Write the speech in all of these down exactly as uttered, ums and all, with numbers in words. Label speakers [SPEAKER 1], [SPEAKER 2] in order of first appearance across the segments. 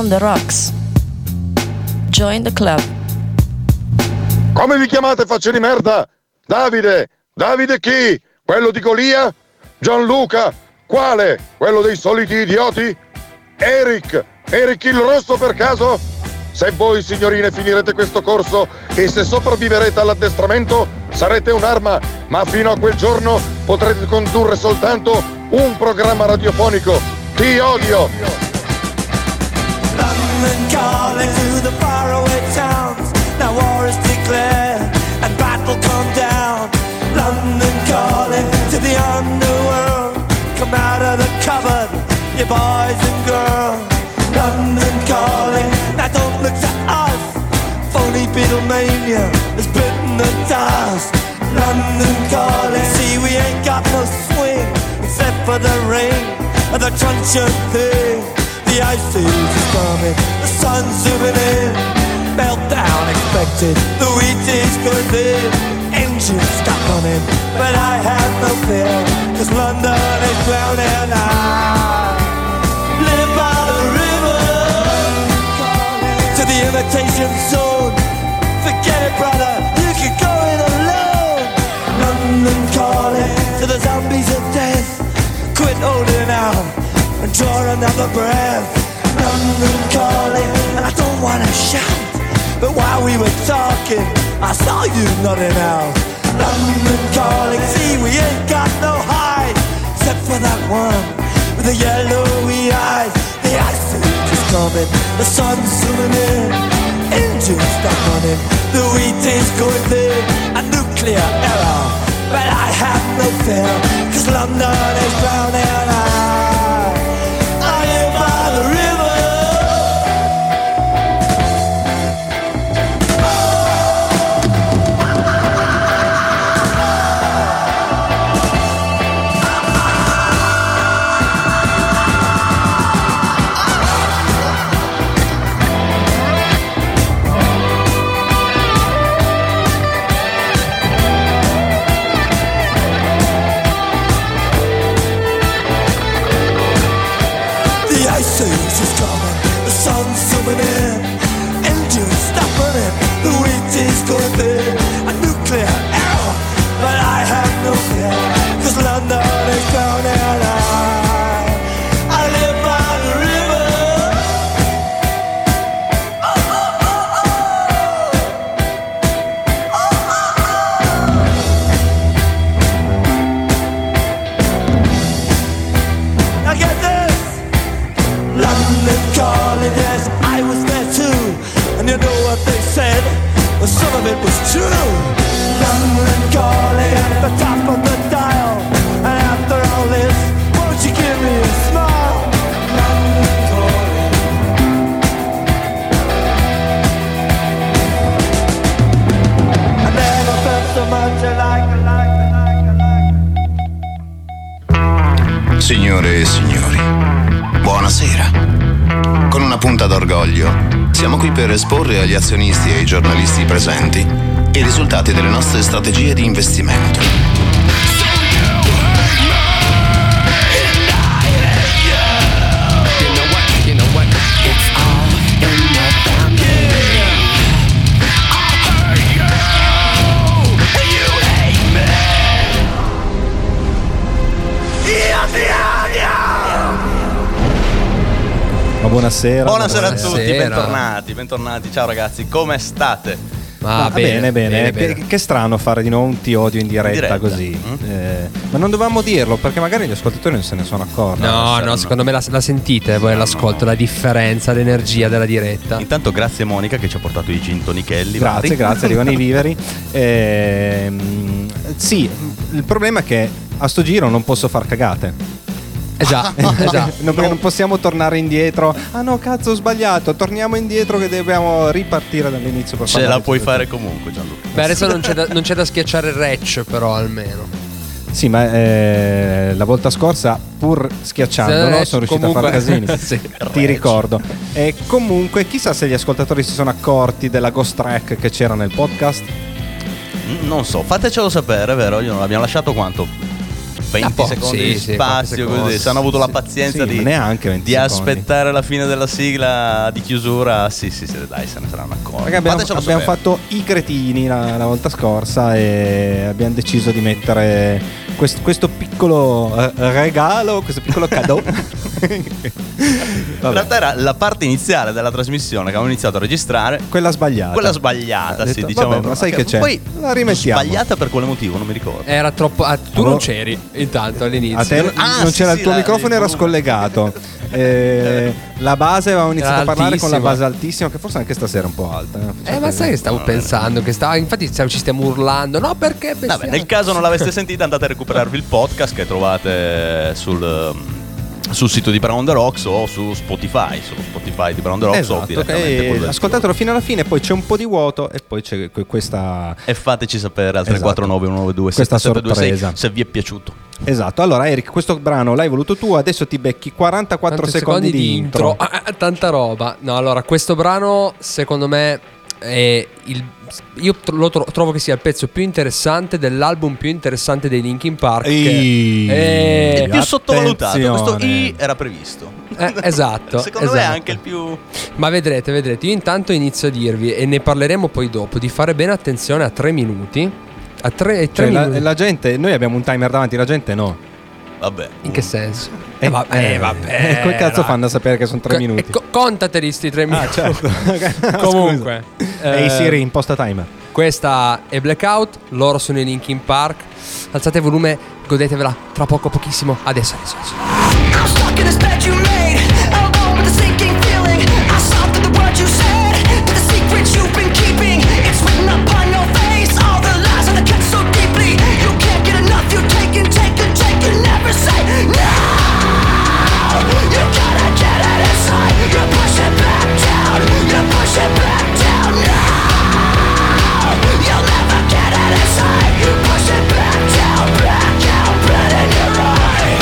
[SPEAKER 1] on the rocks. Join the club.
[SPEAKER 2] Come vi chiamate, facce di merda? Davide? Davide chi? Quello di Golia? Gianluca? Quale? Quello dei soliti idioti? Eric? Eric il rosso per caso? Se voi, signorine, finirete questo corso e se sopravviverete all'addestramento, sarete un'arma, ma fino a quel giorno potrete condurre soltanto un programma radiofonico. Ti odio!
[SPEAKER 3] London calling to the faraway towns. Now war is declared and battle come down. London calling to the underworld. Come out of the cupboard, you boys and girls. London calling, now don't look to us. Phony Beatlemania has bitten the dust. London calling, see we ain't got no swing except for the rain and the truncheon thing. The ice age is coming, the sun's zooming in. Meltdown expected, the wheat is good in. Engines stop running, but I have no fear, cause London is drowning. I live by the river, to the imitation zone. Forget it, brother, you can go it alone. London calling to the zombies of death. Quit holding out and draw another breath. London calling, and I don't wanna shout, but while we were talking, I saw you nodding out. London calling, see we ain't got no hide, except for that one with the yellowy eyes. The ice age is coming, the sun's zooming in. Engines stop running, the wheat is going thin. A nuclear error, but I have no fear, cause London is drowning. I, I am by the river. Zooming in, engines stop running, the wheat is going thin. A nuclear error, but I have no fear, cause London is drowning. I, I live by the river. Oh, oh, oh, oh. Now get this, London calling, yes. I was there too, and you know what they said, well, some of it was true. London calling at the top of the dial, and after all this, won't you give me a smile? London calling. I never felt so much alike, alike, alike, alike.
[SPEAKER 4] Signore e signori, buonasera. Con una punta d'orgoglio, siamo qui per esporre agli azionisti e ai giornalisti presenti i risultati delle nostre strategie di investimento.
[SPEAKER 5] Ma buonasera.
[SPEAKER 6] Buonasera, buonasera a tutti,
[SPEAKER 7] Buonasera.
[SPEAKER 6] bentornati, bentornati. Ciao ragazzi, come state?
[SPEAKER 7] Ah,
[SPEAKER 5] Ah, bene, bene, bene. Che, che strano fare di nuovo un ti odio in diretta,
[SPEAKER 6] In diretta.
[SPEAKER 5] così.
[SPEAKER 6] Mm.
[SPEAKER 5] Eh, ma non dovevamo dirlo perché magari gli ascoltatori non se ne sono accorti.
[SPEAKER 7] No, no, secondo me la, la sentite voi all'ascolto, la differenza, l'energia della diretta.
[SPEAKER 6] Intanto grazie Monica che ci ha portato i gin tonichelli.
[SPEAKER 5] Grazie,
[SPEAKER 6] vari.
[SPEAKER 5] grazie, arrivano i viveri. Ehm, sì, il problema è che a sto giro non posso far cagate.
[SPEAKER 7] Eh già, eh già.
[SPEAKER 5] non, non possiamo tornare indietro. Ah no, cazzo, ho sbagliato. Torniamo indietro che dobbiamo ripartire dall'inizio. Per
[SPEAKER 6] Ce
[SPEAKER 5] parlare
[SPEAKER 6] la
[SPEAKER 5] di
[SPEAKER 6] puoi
[SPEAKER 5] tutto.
[SPEAKER 6] fare comunque, Gianluca.
[SPEAKER 7] Beh, adesso non c'è da, non c'è da schiacciare il rec, però almeno.
[SPEAKER 5] Sì, ma eh, la volta scorsa, pur schiacciandolo,
[SPEAKER 7] Sì,
[SPEAKER 5] sono riuscito
[SPEAKER 7] comunque-
[SPEAKER 5] a fare casini.
[SPEAKER 7] Sì.
[SPEAKER 5] Ti ricordo. E comunque, chissà se gli ascoltatori si sono accorti della ghost track che c'era nel podcast.
[SPEAKER 6] Mm, Non so, fatecelo sapere, vero? Io non l'abbiamo lasciato quanto? venti
[SPEAKER 7] po',
[SPEAKER 6] secondi
[SPEAKER 7] sì,
[SPEAKER 6] di
[SPEAKER 7] sì,
[SPEAKER 6] spazio,
[SPEAKER 7] qualche
[SPEAKER 6] così. Se hanno avuto la pazienza
[SPEAKER 5] sì,
[SPEAKER 6] di,
[SPEAKER 5] neanche venti
[SPEAKER 6] di
[SPEAKER 5] secondi.
[SPEAKER 6] aspettare la fine della sigla di chiusura, sì, sì, sì, dai, se ne saranno accorti.
[SPEAKER 5] Perché abbiamo,
[SPEAKER 6] Fatecelo
[SPEAKER 5] abbiamo
[SPEAKER 6] sapere.
[SPEAKER 5] fatto i cretini la, la volta scorsa e abbiamo deciso di mettere quest- questo piccolo eh, regalo, questo piccolo cadeau.
[SPEAKER 6] In
[SPEAKER 5] Vabbè,
[SPEAKER 6] realtà era la parte iniziale della trasmissione che avevamo iniziato a registrare.
[SPEAKER 5] quella sbagliata.
[SPEAKER 6] Quella sbagliata,
[SPEAKER 5] Ha
[SPEAKER 6] sì,
[SPEAKER 5] detto,
[SPEAKER 6] diciamo.
[SPEAKER 5] vabbè, ma sai
[SPEAKER 6] Ok,
[SPEAKER 5] che c'è?
[SPEAKER 6] Poi
[SPEAKER 5] La rimettiamo.
[SPEAKER 6] sbagliata per quale motivo? Non mi ricordo.
[SPEAKER 7] Era troppo. ah, tu
[SPEAKER 5] Allora-
[SPEAKER 7] non c'eri intanto all'inizio.
[SPEAKER 5] A te
[SPEAKER 6] Ah,
[SPEAKER 5] non
[SPEAKER 6] sì,
[SPEAKER 5] c'era
[SPEAKER 6] sì,
[SPEAKER 5] il tuo
[SPEAKER 6] la-
[SPEAKER 5] microfono,
[SPEAKER 6] il
[SPEAKER 5] era
[SPEAKER 6] volume.
[SPEAKER 5] scollegato. Eh, la base avevamo iniziato
[SPEAKER 7] Era
[SPEAKER 5] a parlare con la
[SPEAKER 7] altissima.
[SPEAKER 5] base altissima, che forse anche stasera è un po' alta.
[SPEAKER 7] Eh, ma sai che stavo pensando? Che stava. Infatti stiamo- ci stiamo urlando. No, perché?
[SPEAKER 6] Vabbè,
[SPEAKER 7] bestiale?
[SPEAKER 6] nel caso non l'aveste sentita, andate a recuperarvi il podcast che trovate sul, sul sito di Brown the Rocks o su Spotify. Sullo Spotify di Brown the Rocks o
[SPEAKER 5] Esatto,
[SPEAKER 6] direttamente
[SPEAKER 5] ok,
[SPEAKER 6] quello del
[SPEAKER 5] ascoltatelo fino alla fine, poi c'è un po' di vuoto e poi c'è que- questa.
[SPEAKER 6] E fateci sapere al tre
[SPEAKER 5] Esatto.
[SPEAKER 6] quattro nove uno nove due
[SPEAKER 5] Questa
[SPEAKER 6] sette sette due sei
[SPEAKER 5] sorpresa.
[SPEAKER 6] se vi è piaciuto.
[SPEAKER 5] Esatto, allora Eric, questo brano l'hai voluto tu, adesso ti becchi quarantaquattro
[SPEAKER 7] Quanti
[SPEAKER 5] secondi, di intro.
[SPEAKER 7] Ah, ah, tanta roba. No, allora, questo brano, secondo me, è il. Io tro- lo tro- trovo che sia il pezzo più interessante dell'album più interessante dei Linkin Park.
[SPEAKER 5] Ehi,
[SPEAKER 7] che-
[SPEAKER 6] È
[SPEAKER 7] Eh,
[SPEAKER 6] più sottovalutato. Questo
[SPEAKER 5] attenzione.
[SPEAKER 6] I era previsto.
[SPEAKER 7] eh, esatto.
[SPEAKER 6] Secondo me è
[SPEAKER 7] esatto.
[SPEAKER 6] anche il più.
[SPEAKER 7] Ma vedrete, vedrete. Io intanto inizio a dirvi, e ne parleremo poi dopo, di fare bene attenzione a tre minuti. A tre, ai tre
[SPEAKER 5] Cioè, la,
[SPEAKER 7] minuti.
[SPEAKER 5] la gente, noi abbiamo un timer davanti, la gente no.
[SPEAKER 6] Vabbè.
[SPEAKER 7] In che senso?
[SPEAKER 5] Eh,
[SPEAKER 7] Eh, vabbè,
[SPEAKER 5] eh,
[SPEAKER 7] vabbè.
[SPEAKER 5] eh, come cazzo
[SPEAKER 7] dai.
[SPEAKER 5] fanno a sapere che sono tre
[SPEAKER 7] Co-
[SPEAKER 5] minuti?
[SPEAKER 7] eh, co- contateli sti tre minuti.
[SPEAKER 5] Ah, certo.
[SPEAKER 7] Comunque,
[SPEAKER 5] Scusa. Ehi
[SPEAKER 7] eh,
[SPEAKER 5] Siri, imposta timer.
[SPEAKER 7] Questa è Blackout, loro sono i Linkin Park. Alzate il volume, godetevela tra poco, pochissimo. Adesso, adesso, adesso.
[SPEAKER 3] I'm stuck in this bed you made, alone with a sinking feeling. I saw through the words you said, to the secrets you've been keeping. It's written upon your face, all the lies that I kept so deeply. You can't get enough, you take and take and take and never say no. You gotta get it inside, you push it back down, you push it back down now. You'll never get it inside, you push it back down, back out, red in your eye.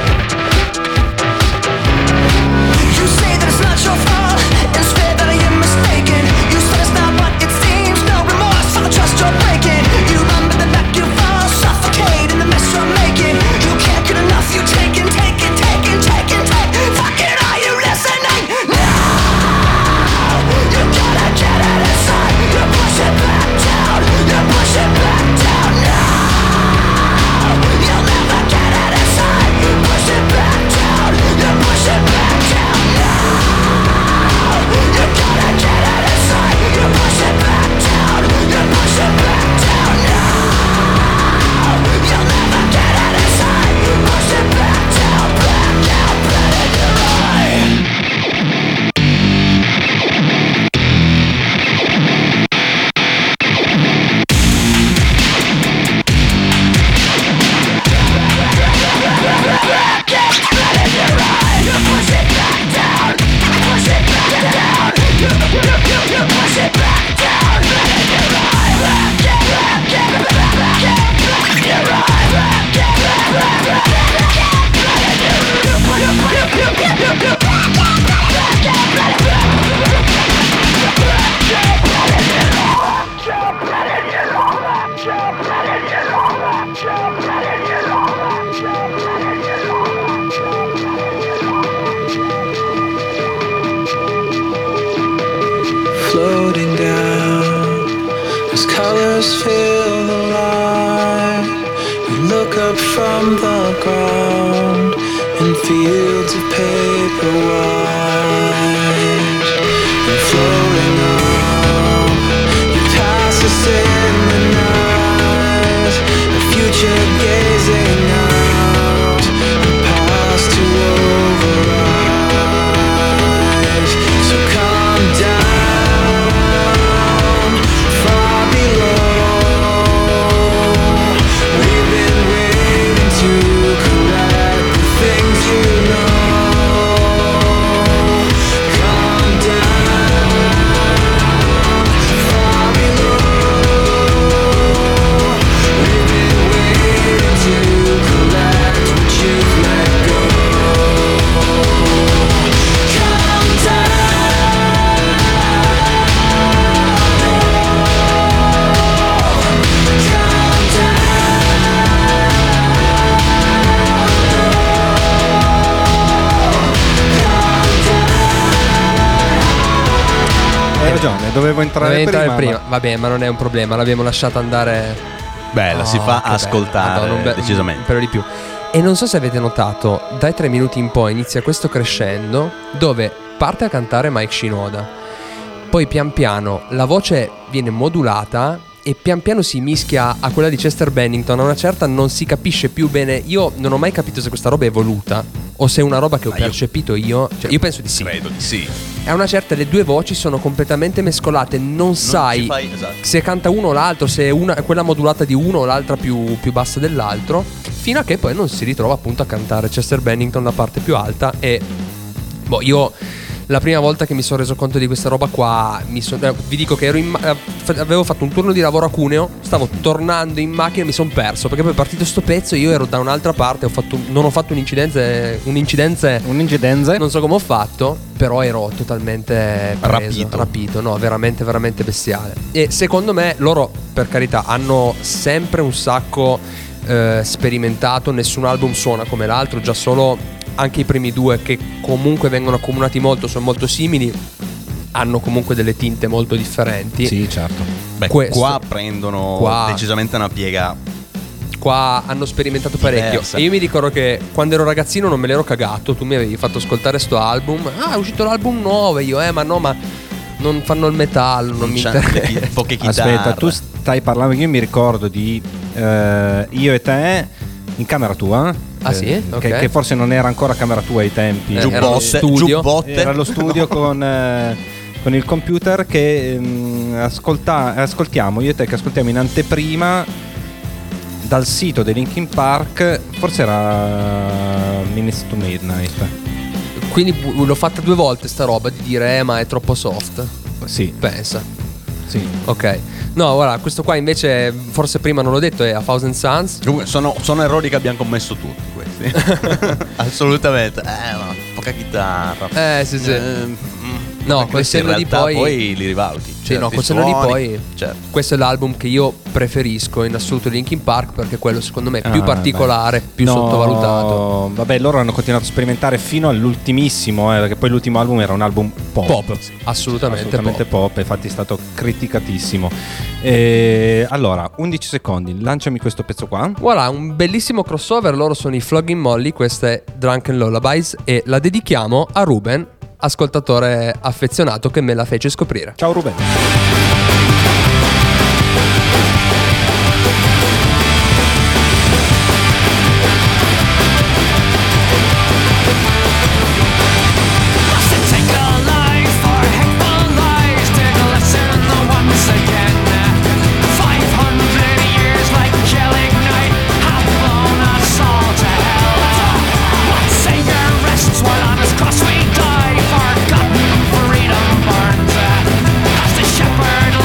[SPEAKER 3] You say that it's not your fault, instead that I am mistaken. You said it's not what it seems, no remorse for the trust you're breaking. You run but then back you fall, suffocate in the mess you're making. You can't get enough, you take and take and take and take and take. Fucking are you listening? No! You gotta get it inside, you push it back down, you push it back down now. You'll never get it inside, you push it back down, you push it back down now. You gotta get it inside, you push it back down, you push it back down now. You'll never get it inside, you push it back down, back out, red in your eye.
[SPEAKER 8] Floating down as colors fill the light. You look up from the ground in fields of paper white. And floating up, you pass us in the night. A future gazing out, a past to override. So come down, far below. We've been waiting to correct the things you know.
[SPEAKER 5] ragione, dovevo entrare,
[SPEAKER 7] Dovevi entrare
[SPEAKER 5] prima,
[SPEAKER 7] prima. Va bene, ma non è un problema, l'abbiamo lasciata andare.
[SPEAKER 6] Bella,
[SPEAKER 7] Oh,
[SPEAKER 6] si fa
[SPEAKER 7] che
[SPEAKER 6] ascoltare
[SPEAKER 7] bello. Madonna, un be-
[SPEAKER 6] decisamente.
[SPEAKER 7] Un pelo di più. E non so se avete notato, dai tre minuti in poi inizia questo crescendo dove parte a cantare Mike Shinoda. Poi pian piano la voce viene modulata e pian piano si mischia a quella di Chester Bennington. A una certa non si capisce più bene. Io non ho mai capito se questa roba è voluta o se è una roba che ho
[SPEAKER 6] Ma io-
[SPEAKER 7] percepito io. Cioè, io penso di sì.
[SPEAKER 6] Credo di sì.
[SPEAKER 7] A una certa le due voci sono completamente mescolate. Non, sai
[SPEAKER 6] ci fai- esatto.
[SPEAKER 7] se canta uno o l'altro, se è una, quella modulata di uno o l'altra più, più bassa dell'altro. Fino a che poi non si ritrova appunto a cantare Chester Bennington la parte più alta. E boh, io la prima volta che mi sono reso conto di questa roba qua mi son- eh, vi dico che ero in ma- eh, fa- avevo fatto un turno di lavoro a Cuneo. Stavo tornando in macchina e mi sono perso perché poi è partito sto pezzo e io ero da un'altra parte. Ho fatto, non ho fatto un'incidenza Un'incidenza
[SPEAKER 5] Un'incidenza.
[SPEAKER 7] Non so come ho fatto, però ero totalmente preso,
[SPEAKER 6] Rapito.
[SPEAKER 7] rapito, no, veramente, veramente bestiale. E secondo me loro, per carità, hanno sempre un sacco eh, sperimentato. Nessun album suona come l'altro, già solo anche i primi due, che comunque vengono accomunati molto, sono molto simili, hanno comunque delle tinte molto differenti.
[SPEAKER 5] Sì, certo.
[SPEAKER 6] Beh,
[SPEAKER 7] Questo-
[SPEAKER 6] qua prendono
[SPEAKER 7] qua-
[SPEAKER 6] decisamente una piega.
[SPEAKER 7] Qua hanno sperimentato parecchio.
[SPEAKER 6] Diversa.
[SPEAKER 7] E io mi ricordo che quando ero ragazzino non me l'ero cagato. Tu mi avevi fatto ascoltare sto album. Ah, è uscito l'album nuovo. E io, eh, ma no, ma non fanno il metallo, non,
[SPEAKER 6] Non
[SPEAKER 7] mi
[SPEAKER 6] c'hanno le
[SPEAKER 7] interessa.
[SPEAKER 6] chi- poche chitarre.
[SPEAKER 5] Aspetta, tu stai parlando, io mi ricordo di eh, io e te in camera tua.
[SPEAKER 7] Ah, sì?
[SPEAKER 5] eh,
[SPEAKER 7] Ok.
[SPEAKER 5] che, che forse non era ancora camera tua ai tempi.
[SPEAKER 7] Eh,
[SPEAKER 6] Giubbotte,
[SPEAKER 7] era lo studio.
[SPEAKER 6] giubbotte.
[SPEAKER 5] Era lo studio con, eh, con il computer che ehm, ascolta- ascoltiamo, io e te che ascoltiamo in anteprima dal sito dei Linkin Park, forse era Minutes to Midnight.
[SPEAKER 7] Quindi bu- l'ho fatta due volte sta roba di dire, eh, ma è troppo soft.
[SPEAKER 5] Sì,
[SPEAKER 7] Pensa.
[SPEAKER 5] sì.
[SPEAKER 7] Ok. No, guarda, questo qua invece, forse prima non l'ho detto, è A Thousand Suns.
[SPEAKER 6] Comunque sono, sono errori che abbiamo commesso tutti questi. Assolutamente. Eh, ma poca chitarra.
[SPEAKER 7] Eh, sì, sì.
[SPEAKER 6] Eh, mm,
[SPEAKER 7] No,
[SPEAKER 6] perché
[SPEAKER 7] col
[SPEAKER 6] questi
[SPEAKER 7] senno
[SPEAKER 6] in
[SPEAKER 7] di
[SPEAKER 6] realtà
[SPEAKER 7] poi-
[SPEAKER 6] poi li rivaluti.
[SPEAKER 7] Sì, no,
[SPEAKER 6] certi
[SPEAKER 7] col senno di
[SPEAKER 6] suoni,
[SPEAKER 7] poi
[SPEAKER 6] certo.
[SPEAKER 7] questo è l'album che io preferisco in assoluto di Linkin Park, perché quello secondo me è più
[SPEAKER 5] Ah,
[SPEAKER 7] particolare,
[SPEAKER 5] beh.
[SPEAKER 7] più
[SPEAKER 5] No,
[SPEAKER 7] sottovalutato.
[SPEAKER 5] Vabbè, loro hanno continuato a sperimentare fino all'ultimissimo, eh, perché poi l'ultimo album era un album pop.
[SPEAKER 7] Pop, assolutamente,
[SPEAKER 5] Assolutamente
[SPEAKER 7] pop.
[SPEAKER 5] pop, infatti è stato criticatissimo. E allora, undici secondi, lanciami questo pezzo qua.
[SPEAKER 7] Voilà, un bellissimo crossover, loro sono i Flogging Molly, questa è Drunken Lullabies e la dedichiamo a Ruben, ascoltatore affezionato che me la fece scoprire.
[SPEAKER 5] Ciao Ruben.
[SPEAKER 3] Take a life for hateful lies, take a lesson once again. Five hundred years like killing night have blown us all to hell. What Savior rests while on his cross we die, forgotten freedom burns. As the shepherd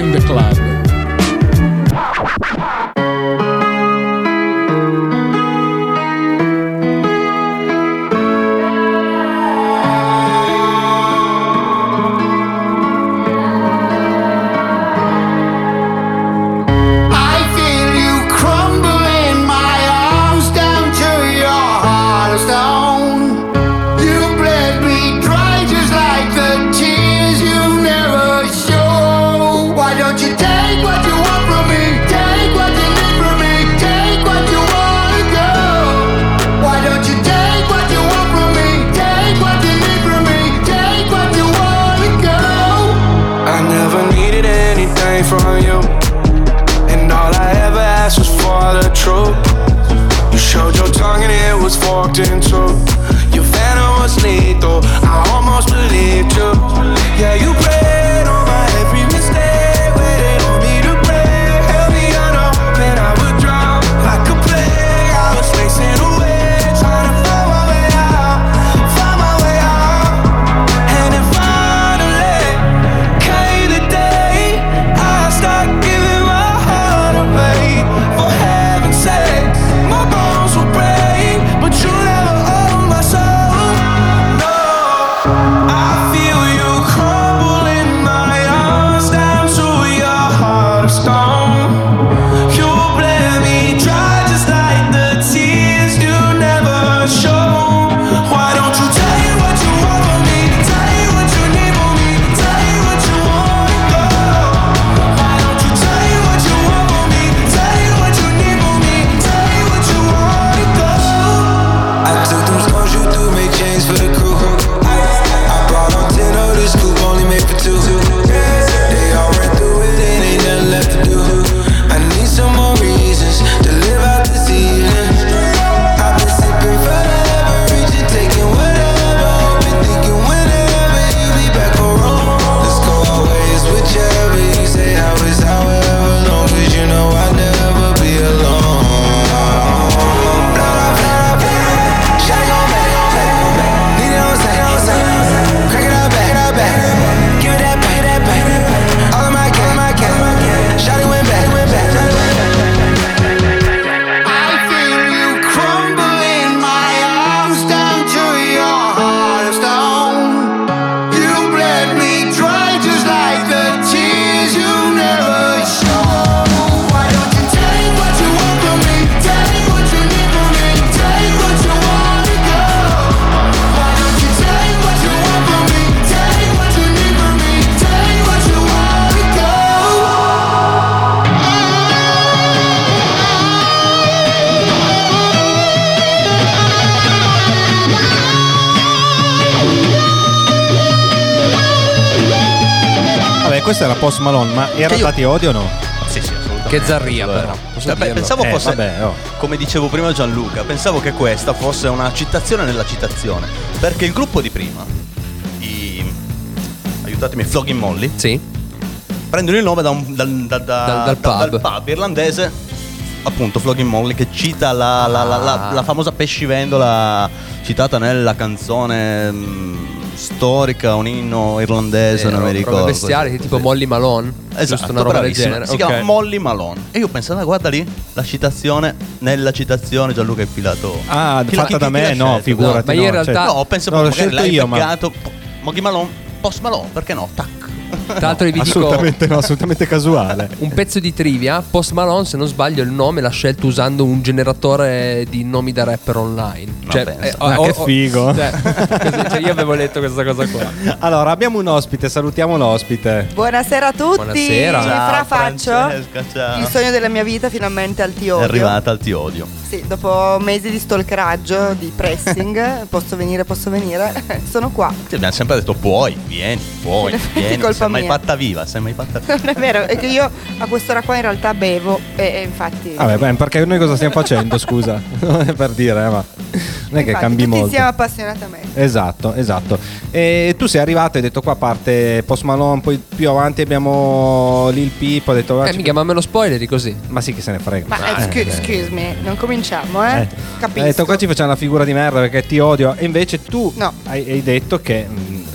[SPEAKER 9] Join the Club.
[SPEAKER 8] From you, and all I ever asked was for the truth. You showed your tongue and it was forked in two. Your venom was lethal, I almost believed you. Yeah, you preyed on my every mistake, waited on me to break. Held me under hope and I would drown like a plague. I was racing away, trying to find my way out, find my way out. And then finally came the day I start giving my heart away. For heaven's sake, my bones will break, but you never own my soul. No, I feel you crumble in my arms down to your heart of stone. You bled me dry just like the tears you never show. Why don't you tell me what you want from me? Tell me what you need from me. Tell me what you want to go. Why don't you tell me what you want from me? Tell me what you need from me. Tell me what you want to go. I took them stones you threw, made chains for the crew. I brought on ten of this coupe, only made for two. They all ran through it, and ain't nothing left to do. I need some more reasons to live out this evening. I've been sipping forever, reaching, taking whatever, hoping, thinking whenever you be back for home. Let's go our ways, whichever you say, how is however long, 'cause you know I'll never be alone. Blah, blah, blah. Shawty gon' back, back. Need it on sight, on sight. Crack it out back, it out back. Give it that back, that back. All of my gang, my gang. Shawty went back, went back. I feel you crumble in my arms down to your heart of stone. You bled me dry just like the tears you never show. Why don't you tell me what you want from me? Tell me what you need from me. Tell me what you want to go. Why don't you tell me what you want from me? Tell me what you need from me. Tell me what you want to go.
[SPEAKER 5] Vabbè, questo era Post Malone, ma era
[SPEAKER 6] Che io-
[SPEAKER 5] Tati Odio o no?
[SPEAKER 6] Sì, sì, assolutamente.
[SPEAKER 7] Che zarria,
[SPEAKER 6] Lo
[SPEAKER 7] però.
[SPEAKER 6] era.
[SPEAKER 7] Posso
[SPEAKER 6] Vabbè,
[SPEAKER 7] dirlo?
[SPEAKER 6] pensavo
[SPEAKER 5] Eh,
[SPEAKER 6] fosse,
[SPEAKER 5] vabbè, oh.
[SPEAKER 6] come dicevo prima Gianluca, pensavo che questa fosse una citazione nella citazione. Perché il gruppo di prima, i aiutatemi, Flogging Molly,
[SPEAKER 7] Sì.
[SPEAKER 6] prendono il nome da un, dal, da- da-
[SPEAKER 7] Dal- dal
[SPEAKER 6] da-
[SPEAKER 7] pub.
[SPEAKER 6] pub irlandese, appunto Flogging Molly, che cita la, la- la- la-
[SPEAKER 7] Ah.
[SPEAKER 6] la famosa pescivendola citata nella canzone mh, storica, un inno irlandese,
[SPEAKER 7] Eh,
[SPEAKER 6] non mi
[SPEAKER 7] robe
[SPEAKER 6] ricordo.
[SPEAKER 7] bestiali, che tipo Molly Malone.
[SPEAKER 6] Esatto,
[SPEAKER 7] Giusto, una roba del
[SPEAKER 6] bravissima.
[SPEAKER 7] genere.
[SPEAKER 6] Si
[SPEAKER 7] Ok.
[SPEAKER 6] chiama Molly Malone. E io pensavo, guarda lì, la citazione, nella citazione Gianluca è infilato.
[SPEAKER 5] Ah,
[SPEAKER 6] Chi l'ha-
[SPEAKER 5] fatta
[SPEAKER 6] chi-
[SPEAKER 5] da
[SPEAKER 6] chi
[SPEAKER 5] me?
[SPEAKER 6] l'ha
[SPEAKER 5] No,
[SPEAKER 6] scelto?
[SPEAKER 5] figurati.
[SPEAKER 7] No, ma io in
[SPEAKER 5] no,
[SPEAKER 7] realtà-
[SPEAKER 5] cioè-
[SPEAKER 6] No, penso
[SPEAKER 5] no, l'ho
[SPEAKER 6] magari
[SPEAKER 5] scelto
[SPEAKER 6] l'hai
[SPEAKER 5] io, ma
[SPEAKER 6] beccato. Molly Malone, Post Malone, perché no? Tac.
[SPEAKER 7] Tra l'altro vi dico
[SPEAKER 5] assolutamente no, assolutamente casuale.
[SPEAKER 7] un pezzo di trivia. Post Malone, se non sbaglio, il nome l'ha scelto usando un generatore di nomi da rapper online.
[SPEAKER 6] Ma
[SPEAKER 7] Cioè,
[SPEAKER 6] pensa.
[SPEAKER 5] Ah, che figo.
[SPEAKER 7] cioè, così, cioè, io avevo letto questa cosa qua.
[SPEAKER 5] Allora, abbiamo un ospite, salutiamo l'ospite.
[SPEAKER 10] Buonasera a tutti.
[SPEAKER 7] Buonasera.
[SPEAKER 10] Fra faccio
[SPEAKER 6] Francesca, ciao.
[SPEAKER 10] il sogno della mia vita finalmente al
[SPEAKER 6] È
[SPEAKER 10] Tiodio.
[SPEAKER 6] arrivata al ti odio.
[SPEAKER 10] Sì, dopo mesi di stalkeraggio, di pressing, posso venire, posso venire. Sono qua.
[SPEAKER 6] Ti abbiamo sempre detto puoi, vieni, puoi,
[SPEAKER 10] In effetti
[SPEAKER 6] vieni.
[SPEAKER 10] colpa
[SPEAKER 6] Sei mai
[SPEAKER 10] mia.
[SPEAKER 6] fatta viva, sei mai fatta viva.
[SPEAKER 10] Non è vero, è che io a quest'ora qua in realtà bevo e, e infatti.
[SPEAKER 5] Vabbè, beh, perché noi cosa stiamo facendo, scusa? Non è per dire, eh, ma non è che
[SPEAKER 10] infatti,
[SPEAKER 5] cambi
[SPEAKER 10] tutti
[SPEAKER 5] molto.
[SPEAKER 10] insieme appassionatamente.
[SPEAKER 5] Esatto, esatto. E tu sei arrivato e hai detto qua a parte Post Malone, poi più avanti abbiamo Lil Peep, ho detto
[SPEAKER 7] Eh, mica, ma me lo spoileri così.
[SPEAKER 5] ma sì che se ne frega.
[SPEAKER 10] Ma eh, scu- excuse me, non cominciamo, eh?
[SPEAKER 5] Eh,
[SPEAKER 10] Capisco.
[SPEAKER 5] Hai detto qua ci facciamo la figura di merda perché ti odio. E invece tu
[SPEAKER 10] No.
[SPEAKER 5] hai, hai detto che mh,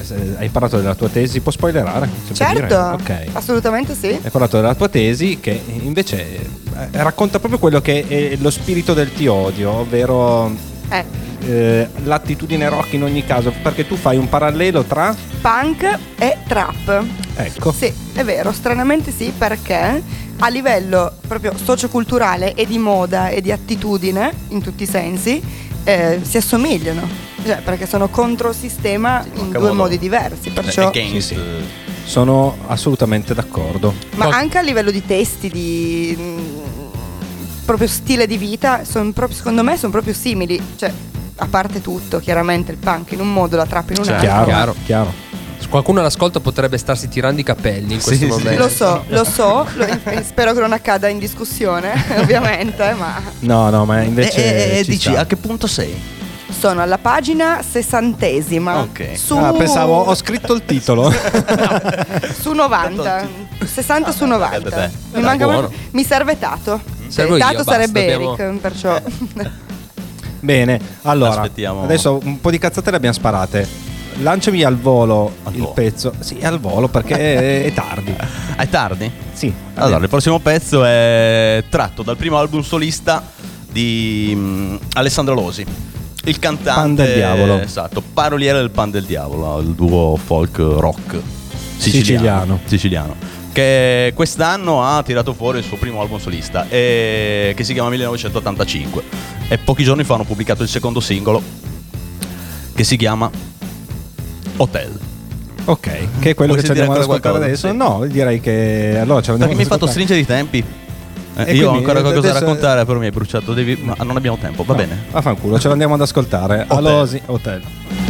[SPEAKER 5] se hai parlato della tua tesi, può spoilerare? Si può dire?
[SPEAKER 10] Certo,
[SPEAKER 5] Ok.
[SPEAKER 10] assolutamente sì.
[SPEAKER 5] Hai parlato della tua tesi che invece eh, racconta proprio quello che è lo spirito del Ti odio, ovvero
[SPEAKER 10] Eh,
[SPEAKER 5] eh, l'attitudine rock in ogni caso, perché tu fai un parallelo tra...
[SPEAKER 10] punk e trap.
[SPEAKER 5] Ecco.
[SPEAKER 10] Sì, è vero, stranamente sì, perché a livello proprio socioculturale e di moda e di attitudine, in tutti i sensi, eh, si assomigliano. Cioè, perché sono contro sistema in
[SPEAKER 6] qualche
[SPEAKER 10] due
[SPEAKER 6] modo.
[SPEAKER 10] modi diversi. Perciò,
[SPEAKER 6] Against,
[SPEAKER 5] Sì, sì. Sono assolutamente d'accordo.
[SPEAKER 10] ma
[SPEAKER 5] No,
[SPEAKER 10] anche a livello di testi, di mm, proprio stile di vita, son proprio, secondo me sono proprio simili. Cioè, a parte tutto, chiaramente il punk in un modo, la trap in un altro.
[SPEAKER 5] chiaro,
[SPEAKER 7] chiaro.
[SPEAKER 5] chiaro.
[SPEAKER 7] Qualcuno all'ascolto potrebbe starsi tirando i capelli in questo
[SPEAKER 6] Sì, sì.
[SPEAKER 7] momento.
[SPEAKER 10] Lo so, lo so, lo- spero che non accada in discussione, ovviamente, ma
[SPEAKER 5] No, no, ma invece
[SPEAKER 6] E, e
[SPEAKER 5] ci
[SPEAKER 6] dici
[SPEAKER 5] sta.
[SPEAKER 6] a che punto sei?
[SPEAKER 10] sono alla pagina sessantesima.
[SPEAKER 6] Ok.
[SPEAKER 10] Su,
[SPEAKER 5] Ah, pensavo, ho scritto il titolo.
[SPEAKER 10] su novanta. sessanta su novanta.
[SPEAKER 6] guarda te.
[SPEAKER 10] Mi,
[SPEAKER 7] Dai,
[SPEAKER 10] manca
[SPEAKER 7] buono.
[SPEAKER 10] mi serve Tato.
[SPEAKER 7] Servo io,
[SPEAKER 10] Tato
[SPEAKER 7] basta,
[SPEAKER 10] sarebbe
[SPEAKER 7] abbiamo-
[SPEAKER 10] Eric, perciò.
[SPEAKER 5] Bene, allora,
[SPEAKER 6] Aspettiamo.
[SPEAKER 5] adesso un po' di cazzate le abbiamo sparate. Lanciami al volo
[SPEAKER 6] Al
[SPEAKER 5] il
[SPEAKER 6] volo.
[SPEAKER 5] pezzo. Sì, al volo perché è, è tardi.
[SPEAKER 6] È tardi?
[SPEAKER 5] Sì.
[SPEAKER 6] Allora, il prossimo pezzo è tratto dal primo album solista di mm, Alessandro Losi, il cantante
[SPEAKER 5] Pan del Diavolo.
[SPEAKER 6] Esatto, paroliere del Pan del Diavolo, il duo folk rock
[SPEAKER 5] Siciliano.
[SPEAKER 6] siciliano, che quest'anno ha tirato fuori il suo primo album solista, e, che si chiama millenovecentottantacinque, e pochi giorni fa hanno pubblicato il secondo singolo, che si chiama Hotel.
[SPEAKER 5] Ok, che è quello
[SPEAKER 6] Vuoi
[SPEAKER 5] che ci andiamo ad
[SPEAKER 6] sentire
[SPEAKER 5] ascoltare
[SPEAKER 6] qualcosa?
[SPEAKER 5] adesso?
[SPEAKER 6] Sì.
[SPEAKER 5] No, direi che allora ce
[SPEAKER 6] Perché
[SPEAKER 5] l'andiamo
[SPEAKER 6] mi hai
[SPEAKER 5] ad
[SPEAKER 6] fatto
[SPEAKER 5] ascoltare.
[SPEAKER 6] stringere i tempi. Eh,
[SPEAKER 5] E
[SPEAKER 6] io ho
[SPEAKER 5] quindi,
[SPEAKER 6] ancora qualcosa da
[SPEAKER 5] adesso-
[SPEAKER 6] raccontare, però mi hai bruciato. Devi... Ma non abbiamo tempo, va
[SPEAKER 5] No,
[SPEAKER 6] bene.
[SPEAKER 5] Vaffanculo, ce l'andiamo ad ascoltare.
[SPEAKER 6] Hotel.
[SPEAKER 5] Alosi, Hotel.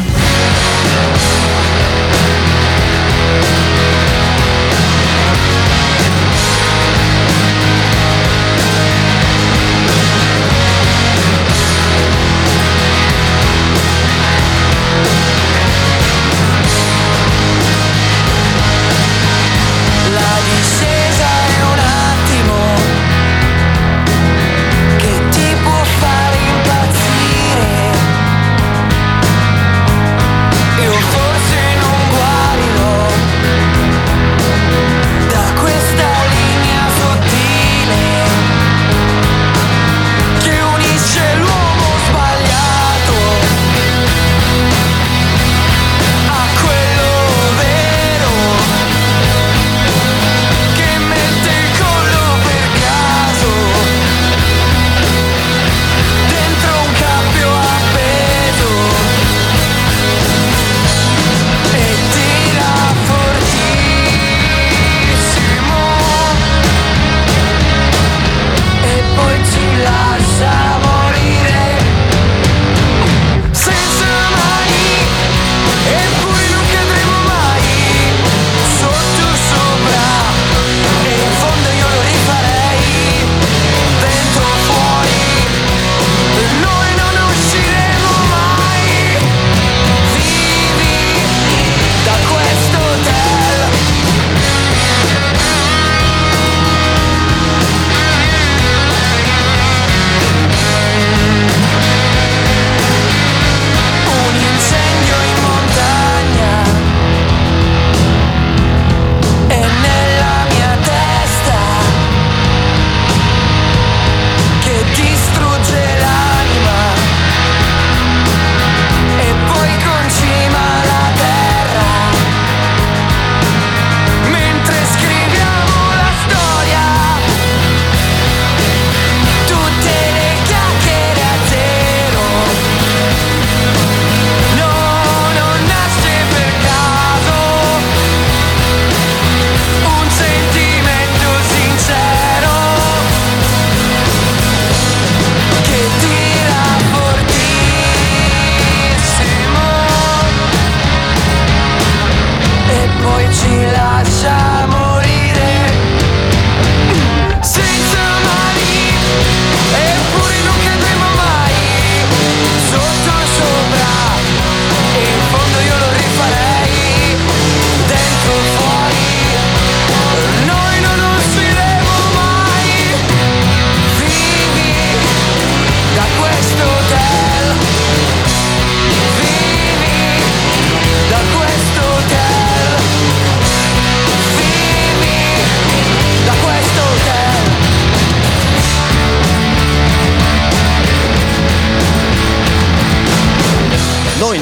[SPEAKER 3] La discesa è un attimo che ti può fare impazzire.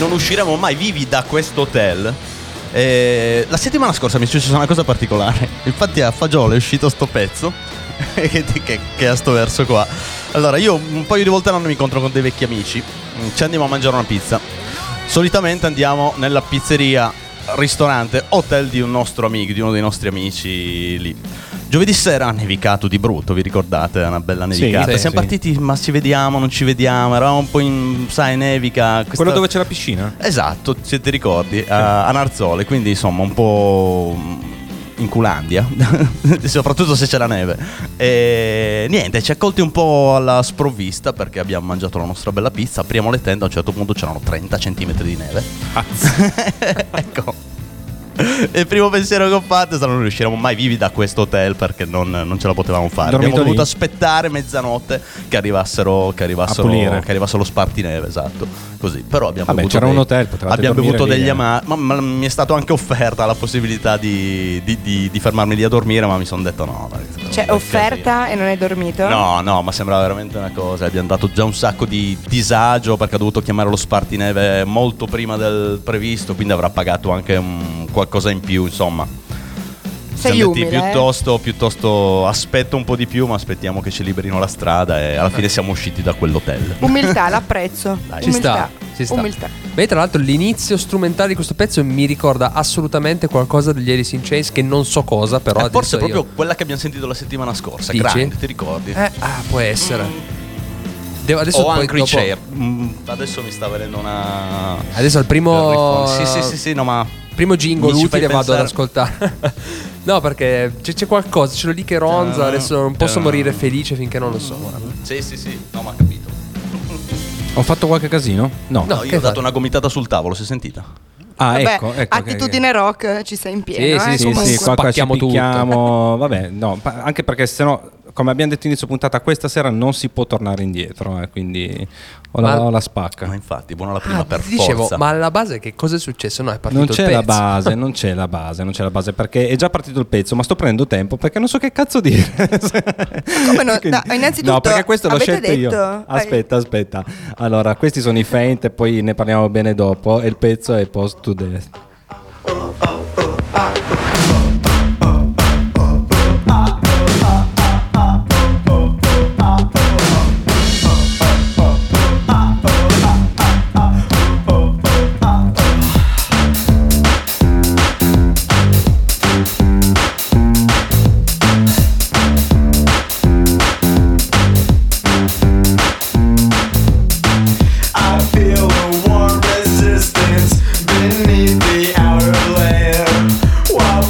[SPEAKER 6] non usciremo mai vivi da questo hotel. Eh, la settimana scorsa mi è successa una cosa particolare. Infatti a Fagiolo è uscito sto pezzo che, che, che ha sto verso qua. Allora, io un paio di volte all'anno mi incontro con dei vecchi amici, ci andiamo a mangiare una pizza. Solitamente andiamo nella pizzeria, ristorante, hotel di un nostro amico, di uno dei nostri amici lì. Giovedì sera ha nevicato di brutto, vi ricordate? Una bella nevicata.
[SPEAKER 5] Sì,
[SPEAKER 6] Siamo
[SPEAKER 5] sì.
[SPEAKER 6] partiti, ma ci vediamo, non ci vediamo. Eravamo un po' in, sai, nevica. Questa...
[SPEAKER 5] Quello dove c'è la piscina?
[SPEAKER 6] Esatto, se ti ricordi, a, a Narzole, quindi insomma un po' in Culandia, soprattutto se c'è la neve. E niente, ci ha colti un po' alla sprovvista perché abbiamo mangiato la nostra bella pizza, apriamo le tende, a un certo punto c'erano trenta centimetri di neve. Ecco. E il primo pensiero che ho fatto è stato: non riusciremo mai vivi da questo hotel perché non, non ce la potevamo fare.
[SPEAKER 5] Dormito
[SPEAKER 6] Abbiamo dovuto
[SPEAKER 5] lì?
[SPEAKER 6] aspettare mezzanotte che arrivassero, che arrivassero,
[SPEAKER 5] A pulire.
[SPEAKER 6] che arrivasse lo spartineve, esatto. Così, però abbiamo
[SPEAKER 5] Vabbè,
[SPEAKER 6] bevuto
[SPEAKER 5] c'era
[SPEAKER 6] dei-
[SPEAKER 5] un hotel, potevate
[SPEAKER 6] abbiamo
[SPEAKER 5] dormire
[SPEAKER 6] bevuto
[SPEAKER 5] lì,
[SPEAKER 6] degli
[SPEAKER 5] eh.
[SPEAKER 6] amari, ma, ma mi è stato anche offerta la possibilità di, di, di, di fermarmi lì a dormire, ma mi sono detto no. dai,
[SPEAKER 10] Cioè,
[SPEAKER 6] non è
[SPEAKER 10] offerta e non hai dormito?
[SPEAKER 6] casino. No, no, ma sembrava veramente una cosa. Abbiamo dato già un sacco di disagio perché ha dovuto chiamare lo spartineve molto prima del previsto, quindi avrà pagato anche un, qualcosa in più, insomma.
[SPEAKER 10] Sei
[SPEAKER 6] Siamo detti
[SPEAKER 10] umile, eh?
[SPEAKER 6] piuttosto, piuttosto aspetto un po' di più, ma aspettiamo che ci liberino la strada e alla fine siamo usciti da quell'hotel.
[SPEAKER 10] Umiltà, l'apprezzo.
[SPEAKER 6] Dai.
[SPEAKER 7] Ci
[SPEAKER 10] Umiltà.
[SPEAKER 7] sta, ci sta.
[SPEAKER 10] Umiltà.
[SPEAKER 7] Beh, tra l'altro l'inizio strumentale di questo pezzo mi ricorda assolutamente qualcosa degli Alice in Chains, che non so cosa, però
[SPEAKER 6] Eh, forse
[SPEAKER 7] adesso
[SPEAKER 6] proprio
[SPEAKER 7] io-
[SPEAKER 6] quella che abbiamo sentito la settimana scorsa.
[SPEAKER 7] Dici?
[SPEAKER 6] Grande, ti ricordi?
[SPEAKER 7] Eh, ah, può essere. Devo, adesso
[SPEAKER 6] o
[SPEAKER 7] poi
[SPEAKER 6] Angry
[SPEAKER 7] dopo-
[SPEAKER 6] Chair. Mm, adesso mi sta venendo una.
[SPEAKER 7] Adesso al primo
[SPEAKER 6] Sì, sì, sì, sì, no, ma.
[SPEAKER 7] primo jingle
[SPEAKER 6] Mi ci fai
[SPEAKER 7] utile vado ad
[SPEAKER 6] pensare.
[SPEAKER 7] ascoltare. No, perché c'è, c'è qualcosa, ce l'ho lì che ronza, adesso non posso morire felice finché non lo so. guarda.
[SPEAKER 6] Sì, sì, sì, no, ma ho capito.
[SPEAKER 5] Ho fatto qualche casino? No.
[SPEAKER 7] No.
[SPEAKER 6] No,
[SPEAKER 7] che
[SPEAKER 6] io ho dato
[SPEAKER 7] fai?
[SPEAKER 6] una gomitata sul tavolo, si è sentita?
[SPEAKER 5] Ah,
[SPEAKER 10] Vabbè,
[SPEAKER 5] ecco, ecco. che-
[SPEAKER 10] attitudine rock ci sei in pieno,
[SPEAKER 7] Sì,
[SPEAKER 10] eh,
[SPEAKER 7] sì,
[SPEAKER 5] Sì,
[SPEAKER 10] comunque.
[SPEAKER 5] sì, qua, qua ci
[SPEAKER 7] Spacchiamo tutto.
[SPEAKER 5] picchiamo. Vabbè, no, pa- anche perché sennò, come abbiamo detto inizio puntata, questa sera non si può tornare indietro, eh, quindi o la,
[SPEAKER 7] Ma-
[SPEAKER 5] o la spacca.
[SPEAKER 6] Ma infatti, buona la prima
[SPEAKER 7] Ah,
[SPEAKER 6] per
[SPEAKER 7] ti dicevo,
[SPEAKER 6] forza.
[SPEAKER 7] ma alla base che cosa è successo? No, è partito
[SPEAKER 5] Non
[SPEAKER 7] il
[SPEAKER 5] c'è la
[SPEAKER 7] pezzo.
[SPEAKER 5] base, non c'è la base, non c'è la base perché è già partito il pezzo, ma sto prendendo tempo perché non so che cazzo dire.
[SPEAKER 10] Come no?
[SPEAKER 5] Quindi-
[SPEAKER 10] No, innanzitutto,
[SPEAKER 5] no, perché questo l'ho
[SPEAKER 10] avete
[SPEAKER 5] scelto io.
[SPEAKER 10] detto-
[SPEAKER 5] Aspetta, aspetta. Allora, questi sono i Faint e poi ne parliamo bene dopo. E il pezzo è Post to Death.
[SPEAKER 3] I feel a warm resistance beneath the outer layer. While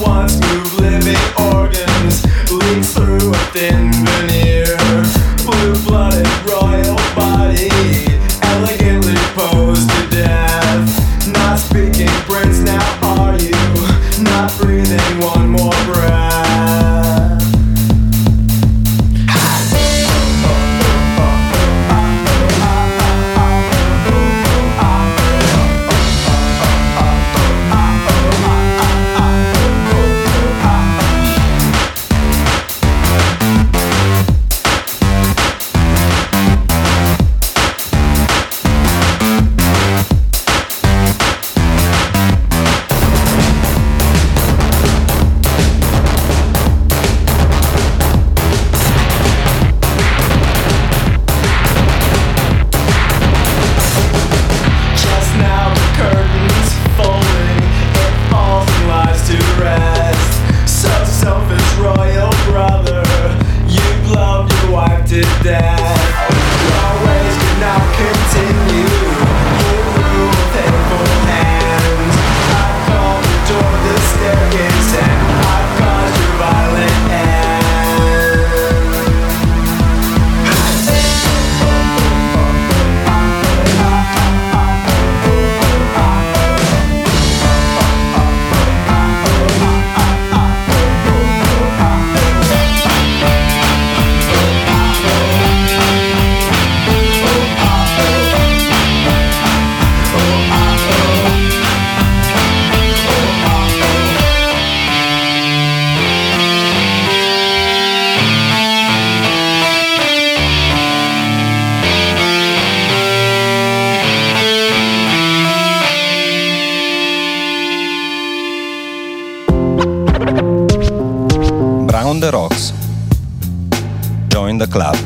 [SPEAKER 5] the rocks. Join the club.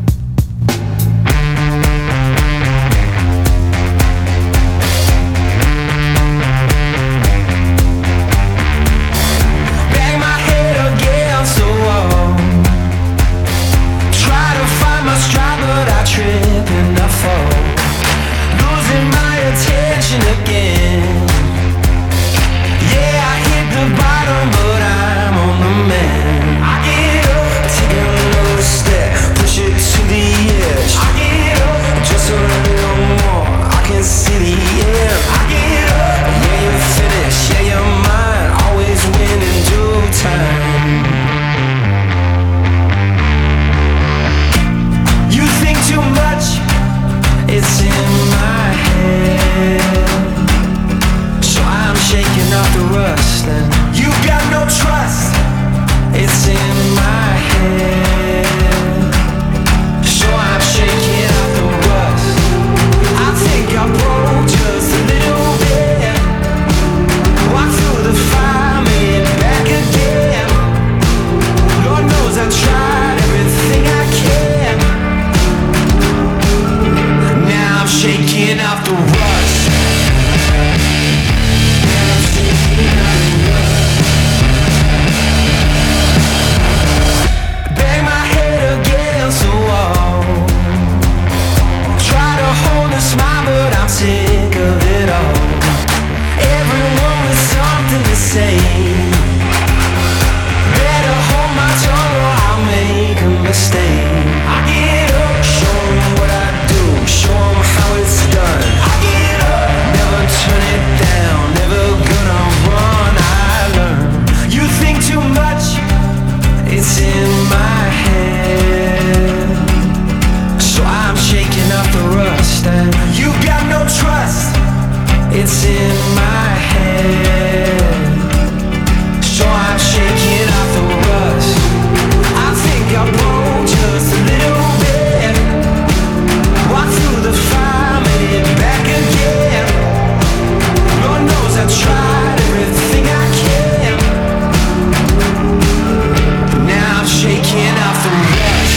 [SPEAKER 8] Bang my head against the wall. Try to find my stride, but I trip and I fall. Losing my attention again. Yeah, I hit the bottom, but I'm on the mend. I get up, take another step, push it to the edge. I get up, just a little more, I can see the end. I get up, yeah, you're finished, yeah, you're mine, always win in due time. You think too much, it's in my head. So I'm shaking off the rust and you got no trust, it's in my head. So I'm shaking off the rust. I think I broke just a little bit. Walk through the fire, made it back again. Lord knows I tried everything I can. Now I'm shaking off the rust. Bang my head against the wall. Try to hold a smile, but I'm sick of it all. Everyone with something to say. Better hold my tongue or I'll make a mistake. I get up, show 'em what I do, show 'em how it's done. I get up, never turn it down, never gonna run, I learn. You think too much, it's in my head. So I'm shaking off the rust and you got no trust, it's in my head. So I'm shaking off the rust. I think I broke just a little bit. Walk through the fire, made it back again. Lord knows I tried everything I can. Now I'm shaking off the rust.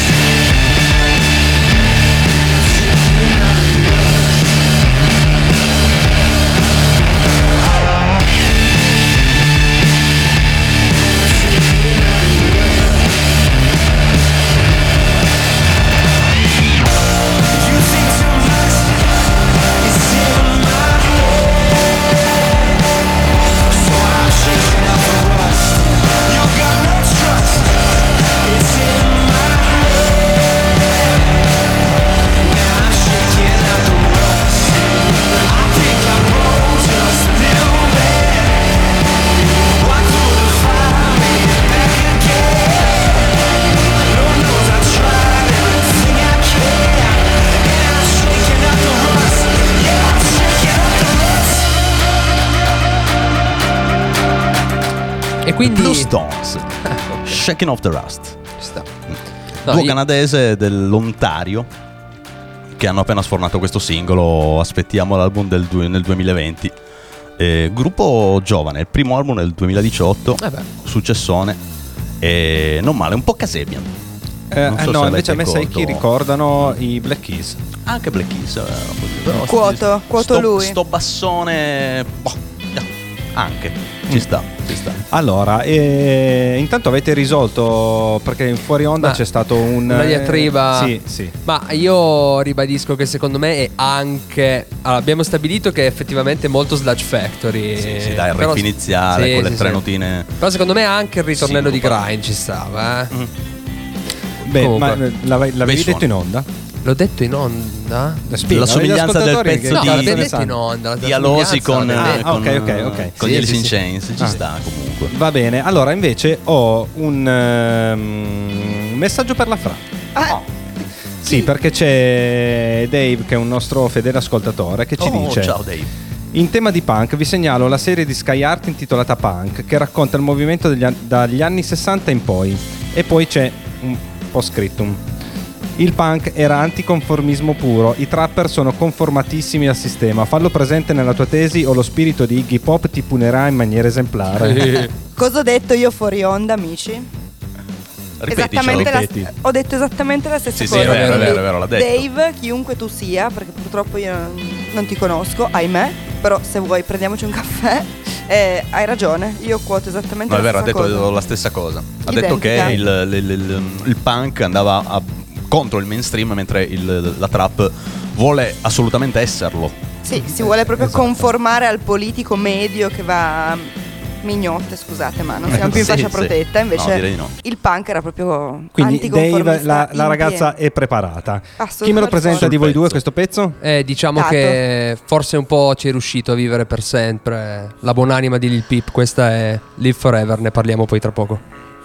[SPEAKER 8] You think too much, it's in my head. So I'm shaking off the rust. You got no trust, it's in my head. Now I'm shaking off the rust. I think I broke just a little bit. Walk through the fire, made it back again. Lord knows I tried everything I can. And I'm shaking off the rust. Yeah, I'm shaking off the rust.
[SPEAKER 7] E quindi
[SPEAKER 6] Blue Stones, Shaking Off the Rust.
[SPEAKER 7] Ci sta. No,
[SPEAKER 6] Duo
[SPEAKER 7] io-
[SPEAKER 6] canadese dell'Ontario che hanno appena sfornato questo singolo. Aspettiamo l'album del du- nel duemilaventi. Eh, gruppo giovane, il primo album nel duemiladiciotto,
[SPEAKER 7] Eh beh.
[SPEAKER 6] successone, e non male, un po' Kasabian.
[SPEAKER 5] Eh,
[SPEAKER 6] Non
[SPEAKER 5] eh,
[SPEAKER 6] so
[SPEAKER 5] no,
[SPEAKER 6] se
[SPEAKER 5] invece a
[SPEAKER 6] avete
[SPEAKER 5] me sai
[SPEAKER 6] colto.
[SPEAKER 5] chi ricordano i Black Keys.
[SPEAKER 6] Anche Black Keys, eh, però
[SPEAKER 10] Quoto, quoto
[SPEAKER 6] sto,
[SPEAKER 10] lui.
[SPEAKER 6] sto bassone, boh, eh, anche ci sta, ci sta.
[SPEAKER 5] Allora, eh, intanto avete risolto, perché in fuori onda
[SPEAKER 7] Ma
[SPEAKER 5] c'è stato un
[SPEAKER 7] una diatriba.
[SPEAKER 5] Sì, sì.
[SPEAKER 7] Ma io ribadisco che secondo me è anche. Allora, abbiamo stabilito che è effettivamente molto Sludge Factory.
[SPEAKER 6] Sì, sì, dai, il
[SPEAKER 7] Però-
[SPEAKER 6] riff iniziale
[SPEAKER 7] sì,
[SPEAKER 6] con le
[SPEAKER 7] sì,
[SPEAKER 6] tre
[SPEAKER 7] sì.
[SPEAKER 6] notine.
[SPEAKER 7] Però secondo me anche il ritornello di
[SPEAKER 6] Sincopa.
[SPEAKER 7] grind ci stava, eh.
[SPEAKER 6] Mm.
[SPEAKER 5] Beh,
[SPEAKER 7] Comunque.
[SPEAKER 5] ma l'avevi, l'avevi
[SPEAKER 6] Bei
[SPEAKER 5] detto
[SPEAKER 6] suoni.
[SPEAKER 5] in onda?
[SPEAKER 7] L'ho detto in onda?
[SPEAKER 5] Spiega,
[SPEAKER 6] La somiglianza
[SPEAKER 5] agli
[SPEAKER 6] del
[SPEAKER 5] ascoltatori
[SPEAKER 6] pezzo
[SPEAKER 5] che-
[SPEAKER 7] No,
[SPEAKER 6] di-
[SPEAKER 5] che
[SPEAKER 7] l'abbiamo
[SPEAKER 5] ne
[SPEAKER 7] detto in
[SPEAKER 5] sanno.
[SPEAKER 7] onda. la
[SPEAKER 6] Dialosi con,
[SPEAKER 7] somiglianza l'abbiamo
[SPEAKER 6] con,
[SPEAKER 5] Ah, ok, ok, ok.
[SPEAKER 6] con
[SPEAKER 7] Sì,
[SPEAKER 6] gli Alice
[SPEAKER 7] sì,
[SPEAKER 6] in
[SPEAKER 7] sì.
[SPEAKER 6] Chains, ci
[SPEAKER 5] Ah.
[SPEAKER 6] sta comunque.
[SPEAKER 5] Va bene, allora invece ho un ehm, messaggio per la Fra.
[SPEAKER 10] Ah,
[SPEAKER 5] Sì, perché c'è Dave, che è un nostro fedele ascoltatore, che ci
[SPEAKER 6] Oh,
[SPEAKER 5] dice:
[SPEAKER 6] ciao Dave.
[SPEAKER 5] in tema di punk vi segnalo la serie di Sky Art intitolata Punk, che racconta il movimento degli an- dagli anni sessanta in poi. E poi c'è un post-scriptum. Il punk era anticonformismo puro, i trapper sono conformatissimi al sistema, fallo presente nella tua tesi o lo spirito di Iggy Pop ti punerà in maniera esemplare.
[SPEAKER 10] cosa ho detto io fuori onda, amici? esattamente la,
[SPEAKER 5] ripeti.
[SPEAKER 10] ho detto esattamente la stessa
[SPEAKER 6] Sì, sì,
[SPEAKER 10] cosa.
[SPEAKER 6] è vero, è
[SPEAKER 10] Quindi,
[SPEAKER 6] vero, è vero, l'ha detto.
[SPEAKER 10] Dave, chiunque tu sia, perché purtroppo io non, non ti conosco, ahimè, però se vuoi prendiamoci un caffè. Eh, hai ragione, io quoto esattamente
[SPEAKER 6] No, è
[SPEAKER 10] la
[SPEAKER 6] vero, ha
[SPEAKER 10] stessa
[SPEAKER 6] detto
[SPEAKER 10] cosa.
[SPEAKER 6] la stessa cosa. Ha
[SPEAKER 10] Identica.
[SPEAKER 6] detto che il, il- il- il punk andava a- contro il mainstream, mentre il- la trap vuole assolutamente esserlo.
[SPEAKER 10] Sì, si vuole proprio
[SPEAKER 5] Esatto.
[SPEAKER 10] conformare al politico medio che va mignotte, scusate, ma non siamo più in
[SPEAKER 6] Sì,
[SPEAKER 10] fascia
[SPEAKER 6] sì.
[SPEAKER 10] protetta. Invece
[SPEAKER 6] No, direi di no.
[SPEAKER 10] il punk era proprio
[SPEAKER 5] Quindi Dave,
[SPEAKER 10] anticonformista
[SPEAKER 5] la, la
[SPEAKER 10] in
[SPEAKER 5] ragazza
[SPEAKER 10] pieno.
[SPEAKER 5] è preparata.
[SPEAKER 10] Assolutamente.
[SPEAKER 5] Chi me lo presenta
[SPEAKER 6] Sul
[SPEAKER 5] di voi due
[SPEAKER 6] pezzo.
[SPEAKER 5] questo pezzo?
[SPEAKER 7] Eh, diciamo
[SPEAKER 10] Dato.
[SPEAKER 7] che forse un po' ci è riuscito a vivere per sempre la buonanima di Lil Peep. Questa è Live Forever, ne parliamo poi tra poco.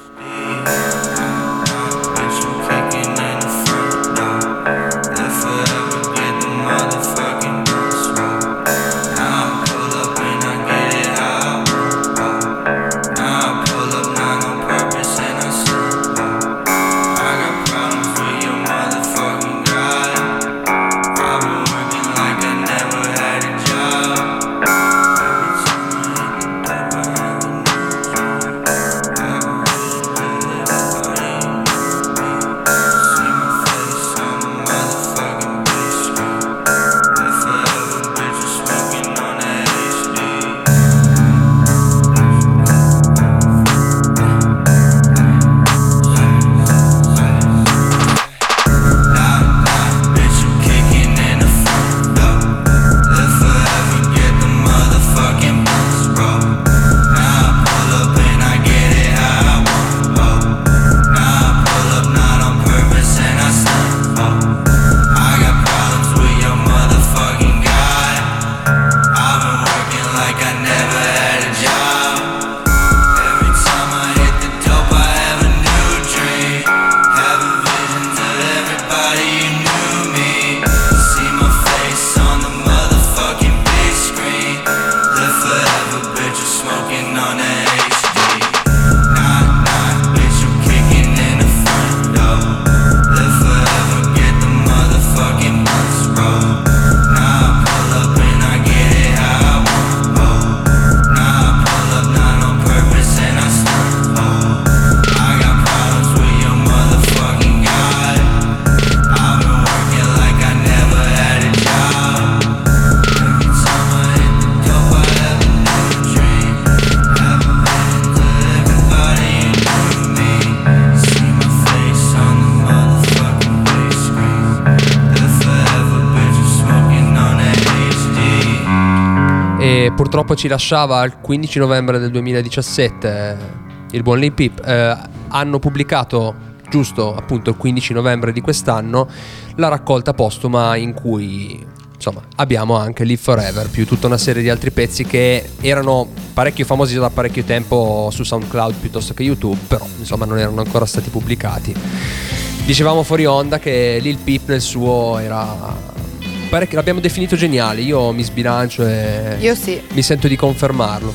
[SPEAKER 7] E purtroppo ci lasciava il quindici novembre del duemiladiciassette il buon Lil Peep. Eh, hanno pubblicato giusto appunto il quindici novembre di quest'anno la raccolta postuma in cui insomma abbiamo anche Live Forever più tutta una serie di altri pezzi che erano parecchio famosi già da parecchio tempo su SoundCloud piuttosto che YouTube, però insomma non erano ancora stati pubblicati. Dicevamo fuori onda che Lil Peep nel suo era parecchio, l'abbiamo definito geniale. Io mi sbilancio e
[SPEAKER 10] Io sì.
[SPEAKER 7] mi sento di confermarlo.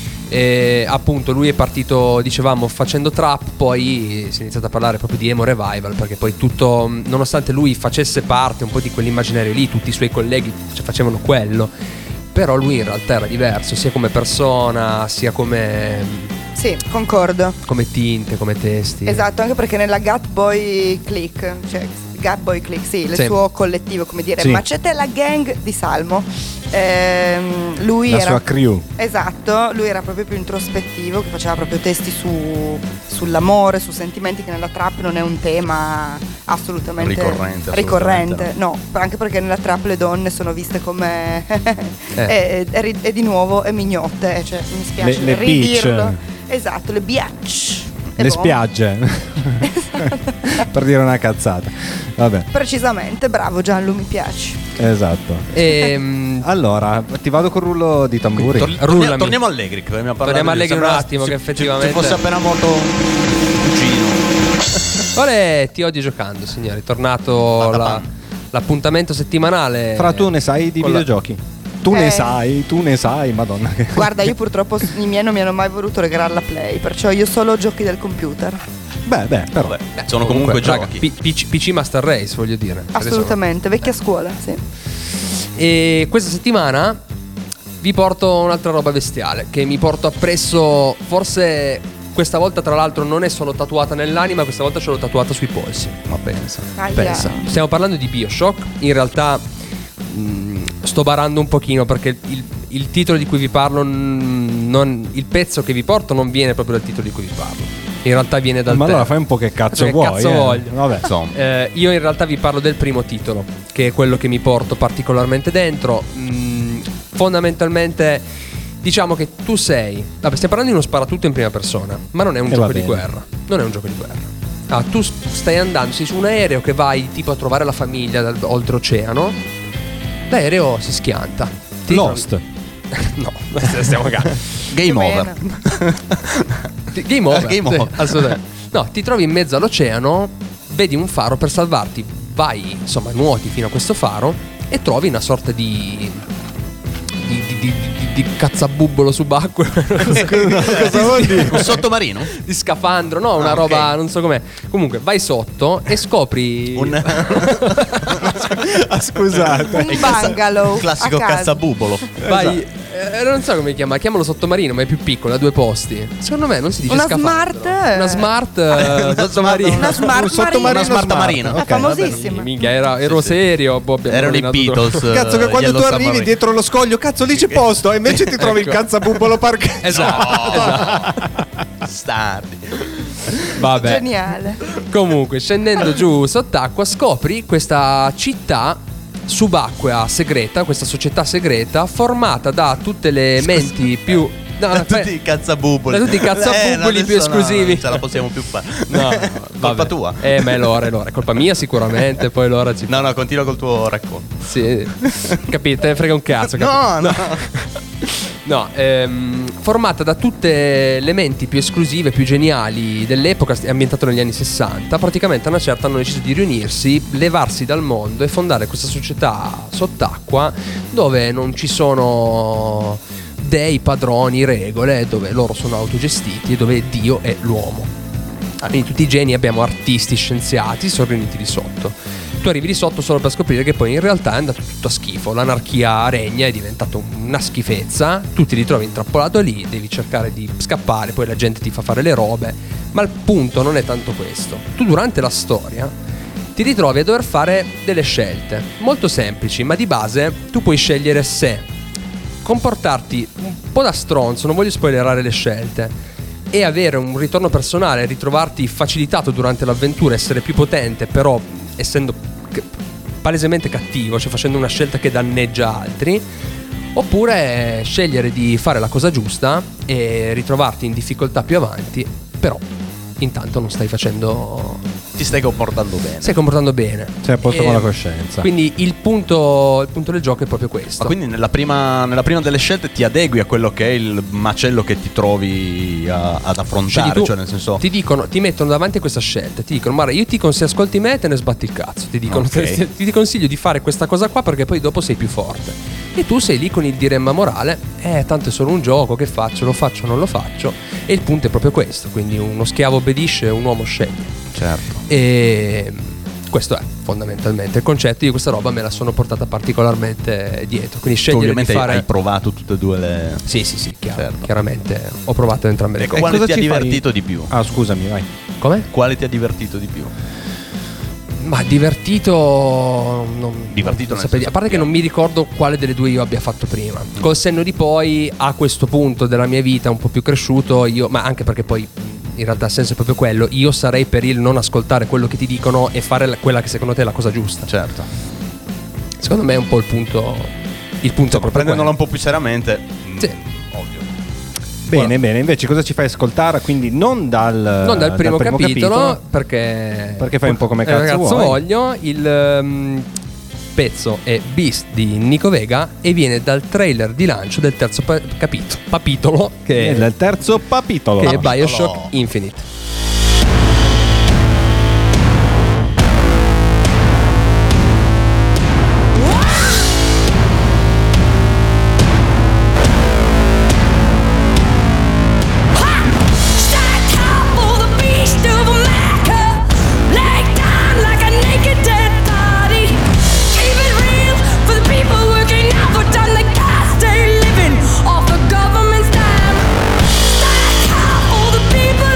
[SPEAKER 7] E appunto lui è partito, dicevamo, facendo trap, poi si è iniziato a parlare proprio di emo revival, perché poi tutto, nonostante lui facesse parte un po' di quell'immaginario lì, tutti i suoi colleghi cioè, facevano quello, però lui in realtà era diverso, sia come persona, sia come,
[SPEAKER 10] Sì, concordo.
[SPEAKER 7] come tinte, come testi.
[SPEAKER 10] Esatto, anche perché nella Gat Boy Click, cioè Gat Boy Click, sì, il
[SPEAKER 7] Sì.
[SPEAKER 10] suo collettivo, come dire,
[SPEAKER 5] Sì.
[SPEAKER 10] Macete la gang di Salmo. Ehm, lui
[SPEAKER 5] La
[SPEAKER 10] era
[SPEAKER 5] sua crew.
[SPEAKER 10] Esatto, lui era proprio più introspettivo, che faceva proprio testi su, sull'amore, su sentimenti, che nella trap non è un tema assolutamente
[SPEAKER 6] Ricorrente,
[SPEAKER 10] ricorrente.
[SPEAKER 6] assolutamente
[SPEAKER 10] No, anche perché nella trap le donne sono viste come e, e, e di nuovo è mignotte, cioè mi spiace
[SPEAKER 5] Le- le
[SPEAKER 10] ridirlo.
[SPEAKER 5] bitch.
[SPEAKER 10] Esatto, le biatch. E
[SPEAKER 5] Le
[SPEAKER 10] boh.
[SPEAKER 5] spiagge. Per dire una cazzata. Vabbè,
[SPEAKER 10] Precisamente, bravo Gianlu, mi piaci.
[SPEAKER 5] esatto.
[SPEAKER 7] E,
[SPEAKER 5] Allora, ti vado col rullo di tamburi.
[SPEAKER 6] Tor-
[SPEAKER 7] Rullami.
[SPEAKER 6] torniamo, torniamo Allegri. Che abbiamo parlato
[SPEAKER 7] Torniamo
[SPEAKER 6] di-
[SPEAKER 7] Allegri un
[SPEAKER 6] sembra-
[SPEAKER 7] attimo,
[SPEAKER 6] se-
[SPEAKER 7] che
[SPEAKER 6] se-
[SPEAKER 7] effettivamente-
[SPEAKER 6] Se fosse appena morto un cugino.
[SPEAKER 7] Olè, ti odio giocando, signori. È tornato la- l'appuntamento settimanale.
[SPEAKER 5] Fra tu ne sai di
[SPEAKER 7] con la-
[SPEAKER 5] videogiochi? Tu
[SPEAKER 10] Eh.
[SPEAKER 5] ne sai, tu ne sai, madonna. che-
[SPEAKER 10] Guarda, io purtroppo i miei non mi hanno mai voluto regalare la Play, perciò io solo giochi del computer.
[SPEAKER 5] Beh, beh, però.
[SPEAKER 6] Vabbè, sono comunque,
[SPEAKER 7] raga,
[SPEAKER 6] giochi.
[SPEAKER 7] P- P C P C Master Race, voglio dire.
[SPEAKER 10] Assolutamente, vecchia scuola, sì.
[SPEAKER 7] E questa settimana vi porto un'altra roba bestiale che mi porto appresso forse questa volta tra l'altro non è solo tatuata nell'anima, questa volta ce l'ho tatuata sui polsi.
[SPEAKER 6] Ma pensa.
[SPEAKER 10] Aia.
[SPEAKER 7] Pensa. Stiamo parlando di BioShock. In realtà mh, sto barando un pochino perché il, il titolo di cui vi parlo mh, non, il pezzo che vi porto non viene proprio dal titolo di cui vi parlo. In realtà viene dal
[SPEAKER 5] Ma allora
[SPEAKER 7] tema.
[SPEAKER 5] fai un po' che cazzo
[SPEAKER 7] Che
[SPEAKER 5] vuoi.
[SPEAKER 7] cazzo
[SPEAKER 5] eh.
[SPEAKER 7] voglio.
[SPEAKER 5] Vabbè.
[SPEAKER 6] Insomma.
[SPEAKER 7] Eh, io in realtà vi parlo del primo titolo, che è quello che mi porto particolarmente dentro. Mm, fondamentalmente, diciamo che tu sei. Vabbè, stiamo parlando di uno sparatutto in prima persona, ma non è un
[SPEAKER 5] E va
[SPEAKER 7] gioco di
[SPEAKER 5] bene.
[SPEAKER 7] guerra. Non è un gioco di guerra. Ah, tu s- stai andando, sei su un aereo che vai tipo a trovare la famiglia dal- oltreoceano. L'aereo si schianta. Ti
[SPEAKER 5] Lost.
[SPEAKER 7] trovi- No, stiamo cagando.
[SPEAKER 6] Game
[SPEAKER 10] Più o
[SPEAKER 6] over.
[SPEAKER 7] Ti- Game over,
[SPEAKER 6] Game
[SPEAKER 7] sì,
[SPEAKER 6] over.
[SPEAKER 7] assolutamente. No, ti trovi in mezzo all'oceano, vedi un faro per salvarti, vai, insomma, nuoti fino a questo faro e trovi una sorta di di, di, di, di, di cazzabubbolo subacqueo.
[SPEAKER 5] Cosa vuol dire?
[SPEAKER 6] Un sottomarino?
[SPEAKER 7] Di scafandro, no, una
[SPEAKER 6] Ah, ok.
[SPEAKER 7] roba, non so com'è. Comunque, vai sotto e scopri
[SPEAKER 6] Un
[SPEAKER 5] Ah, scusate.
[SPEAKER 10] Un bungalow.
[SPEAKER 6] classico
[SPEAKER 10] a caso.
[SPEAKER 6] cazzabubolo.
[SPEAKER 7] vai eh, non so come chiama, chiamalo sottomarino, ma è più piccolo, ha due posti. Secondo me non si dice
[SPEAKER 10] Una
[SPEAKER 7] scafandro.
[SPEAKER 10] smart-
[SPEAKER 7] Una smart eh, sottomarino.
[SPEAKER 10] Una smart
[SPEAKER 5] Un sottomarino
[SPEAKER 10] marina.
[SPEAKER 6] Una smart
[SPEAKER 5] smart.
[SPEAKER 6] marina.
[SPEAKER 10] È
[SPEAKER 5] Ok,
[SPEAKER 10] famosissima.
[SPEAKER 7] Minchia, era, ero serio. boh, abbiamo
[SPEAKER 6] Erano i
[SPEAKER 7] rovinato tutto.
[SPEAKER 6] Beatles.
[SPEAKER 5] Cazzo, che
[SPEAKER 6] eh,
[SPEAKER 5] quando
[SPEAKER 6] Yellow
[SPEAKER 5] tu arrivi
[SPEAKER 6] Submarine.
[SPEAKER 5] dietro lo scoglio, cazzo lì c'è posto, e invece ti trovi il
[SPEAKER 7] Ecco.
[SPEAKER 5] cazzabubbolo parcheggio.
[SPEAKER 7] Esatto, esatto.
[SPEAKER 6] Stardi.
[SPEAKER 7] Vabbè.
[SPEAKER 10] Geniale.
[SPEAKER 7] Comunque, scendendo giù sott'acqua, scopri questa città subacquea segreta, questa società segreta formata da tutte le menti più. No,
[SPEAKER 6] Da
[SPEAKER 7] fai-
[SPEAKER 6] tutti i cazzabuboli.
[SPEAKER 7] Da tutti i cazzabuboli
[SPEAKER 6] Eh, no,
[SPEAKER 7] più
[SPEAKER 6] adesso no,
[SPEAKER 7] esclusivi.
[SPEAKER 6] non ce la possiamo più fare.
[SPEAKER 7] No, no,
[SPEAKER 6] Colpa
[SPEAKER 7] vabbè.
[SPEAKER 6] tua.
[SPEAKER 7] Eh, ma è l'ora, è l'ora. È colpa mia sicuramente. Poi l'ora ci.
[SPEAKER 6] No, no, continua col tuo racconto.
[SPEAKER 7] Sì. Capite? Frega un cazzo. capito?
[SPEAKER 6] No, no.
[SPEAKER 7] No, ehm, formata da tutte le menti più esclusive, più geniali dell'epoca, è ambientato negli anni sessanta. Praticamente a una certa hanno deciso di riunirsi, levarsi dal mondo e fondare questa società sott'acqua dove non ci sono dei, padroni, regole, dove loro sono autogestiti e dove Dio è l'uomo. Quindi tutti i geni, abbiamo artisti, scienziati, sono riuniti di sotto. Tu arrivi di sotto solo per scoprire che poi in realtà è andato tutto a schifo. L'anarchia regna, è diventato una schifezza. Tu ti ritrovi intrappolato lì, devi cercare di scappare, poi la gente ti fa fare le robe. Ma il punto non è tanto questo. Tu durante la storia ti ritrovi a dover fare delle scelte molto semplici, ma di base tu puoi scegliere se comportarti un po' da stronzo, non voglio spoilerare le scelte, e avere un ritorno personale, ritrovarti facilitato durante l'avventura, essere più potente, però essendo c- palesemente cattivo, cioè facendo una scelta che danneggia altri, oppure scegliere di fare la cosa giusta e ritrovarti in difficoltà più avanti, però intanto non stai facendo,
[SPEAKER 6] Ti stai comportando bene.
[SPEAKER 7] stai comportando bene.
[SPEAKER 5] Sei a posto
[SPEAKER 7] E
[SPEAKER 5] con la coscienza.
[SPEAKER 7] Quindi il punto, il punto del gioco è proprio questo.
[SPEAKER 6] Ma quindi nella prima, nella prima delle scelte ti adegui a quello che è il macello che ti trovi a- ad affrontare,
[SPEAKER 7] Scegli tu,
[SPEAKER 6] cioè nel senso
[SPEAKER 7] ti dicono, ti mettono davanti a questa scelta, ti dicono: guarda, io ti consiglio, ascolti me, te ne sbatti il cazzo. Ti dicono:
[SPEAKER 6] Ok.
[SPEAKER 7] ti, ti consiglio di fare questa cosa qua perché poi dopo sei più forte. E tu sei lì con il dilemma morale: eh, tanto è solo un gioco, che faccio? Lo faccio o non lo faccio? E il punto è proprio questo. Quindi uno schiavo obbedisce, un uomo sceglie.
[SPEAKER 6] certo.
[SPEAKER 7] E questo è fondamentalmente il concetto. Io questa roba me la sono portata particolarmente dietro. Quindi
[SPEAKER 6] Tu
[SPEAKER 7] scegliere
[SPEAKER 6] ovviamente
[SPEAKER 7] di fare.
[SPEAKER 6] hai provato tutte e due le.
[SPEAKER 7] Sì, sì, sì, chiaro,
[SPEAKER 6] Certo.
[SPEAKER 7] chiaramente ho provato entrambe le
[SPEAKER 6] Ecco,
[SPEAKER 7] cose.
[SPEAKER 6] quale
[SPEAKER 5] cosa
[SPEAKER 6] ti ha
[SPEAKER 5] ci fai?
[SPEAKER 6] divertito di più?
[SPEAKER 5] Ah, scusami, vai.
[SPEAKER 7] Come?
[SPEAKER 6] Quale ti ha divertito di più?
[SPEAKER 7] Ma divertito. Non,
[SPEAKER 6] Divertito
[SPEAKER 7] non
[SPEAKER 6] nel
[SPEAKER 7] saprei dire.
[SPEAKER 6] senso
[SPEAKER 7] A parte che non mi ricordo quale delle due io abbia fatto prima. Col senno di poi, a questo punto della mia vita, un po' più cresciuto, io. Ma anche perché poi. In realtà il senso è proprio quello. Io sarei per il non ascoltare quello che ti dicono e fare la- quella che secondo te è la cosa giusta.
[SPEAKER 6] Certo.
[SPEAKER 7] Secondo me è un po' il punto. Il punto è proprio
[SPEAKER 6] Prendendola un
[SPEAKER 7] quello.
[SPEAKER 6] po' più seriamente. mm,
[SPEAKER 7] Sì.
[SPEAKER 6] Ovvio.
[SPEAKER 5] Bene, bene. Invece cosa ci fai ascoltare? Quindi non dal,
[SPEAKER 7] Non dal primo, capitolo,
[SPEAKER 5] capitolo,
[SPEAKER 7] perché.
[SPEAKER 5] Perché fai un po' come
[SPEAKER 7] eh,
[SPEAKER 5] cazzo vuoi.
[SPEAKER 7] voglio. Il ehm, pezzo è Beast di Nico Vega e viene dal trailer di lancio del terzo pa- capitolo. Capitolo che
[SPEAKER 5] È
[SPEAKER 7] è,
[SPEAKER 5] il terzo capitolo.
[SPEAKER 7] che è
[SPEAKER 6] Capitolo.
[SPEAKER 7] Bioshock Infinite.
[SPEAKER 9] Stand tall for the beast of America. Lay down like a naked dead body. Keep it real for the people working out for time. They can't stay living off the government's dime. Stand tall for the people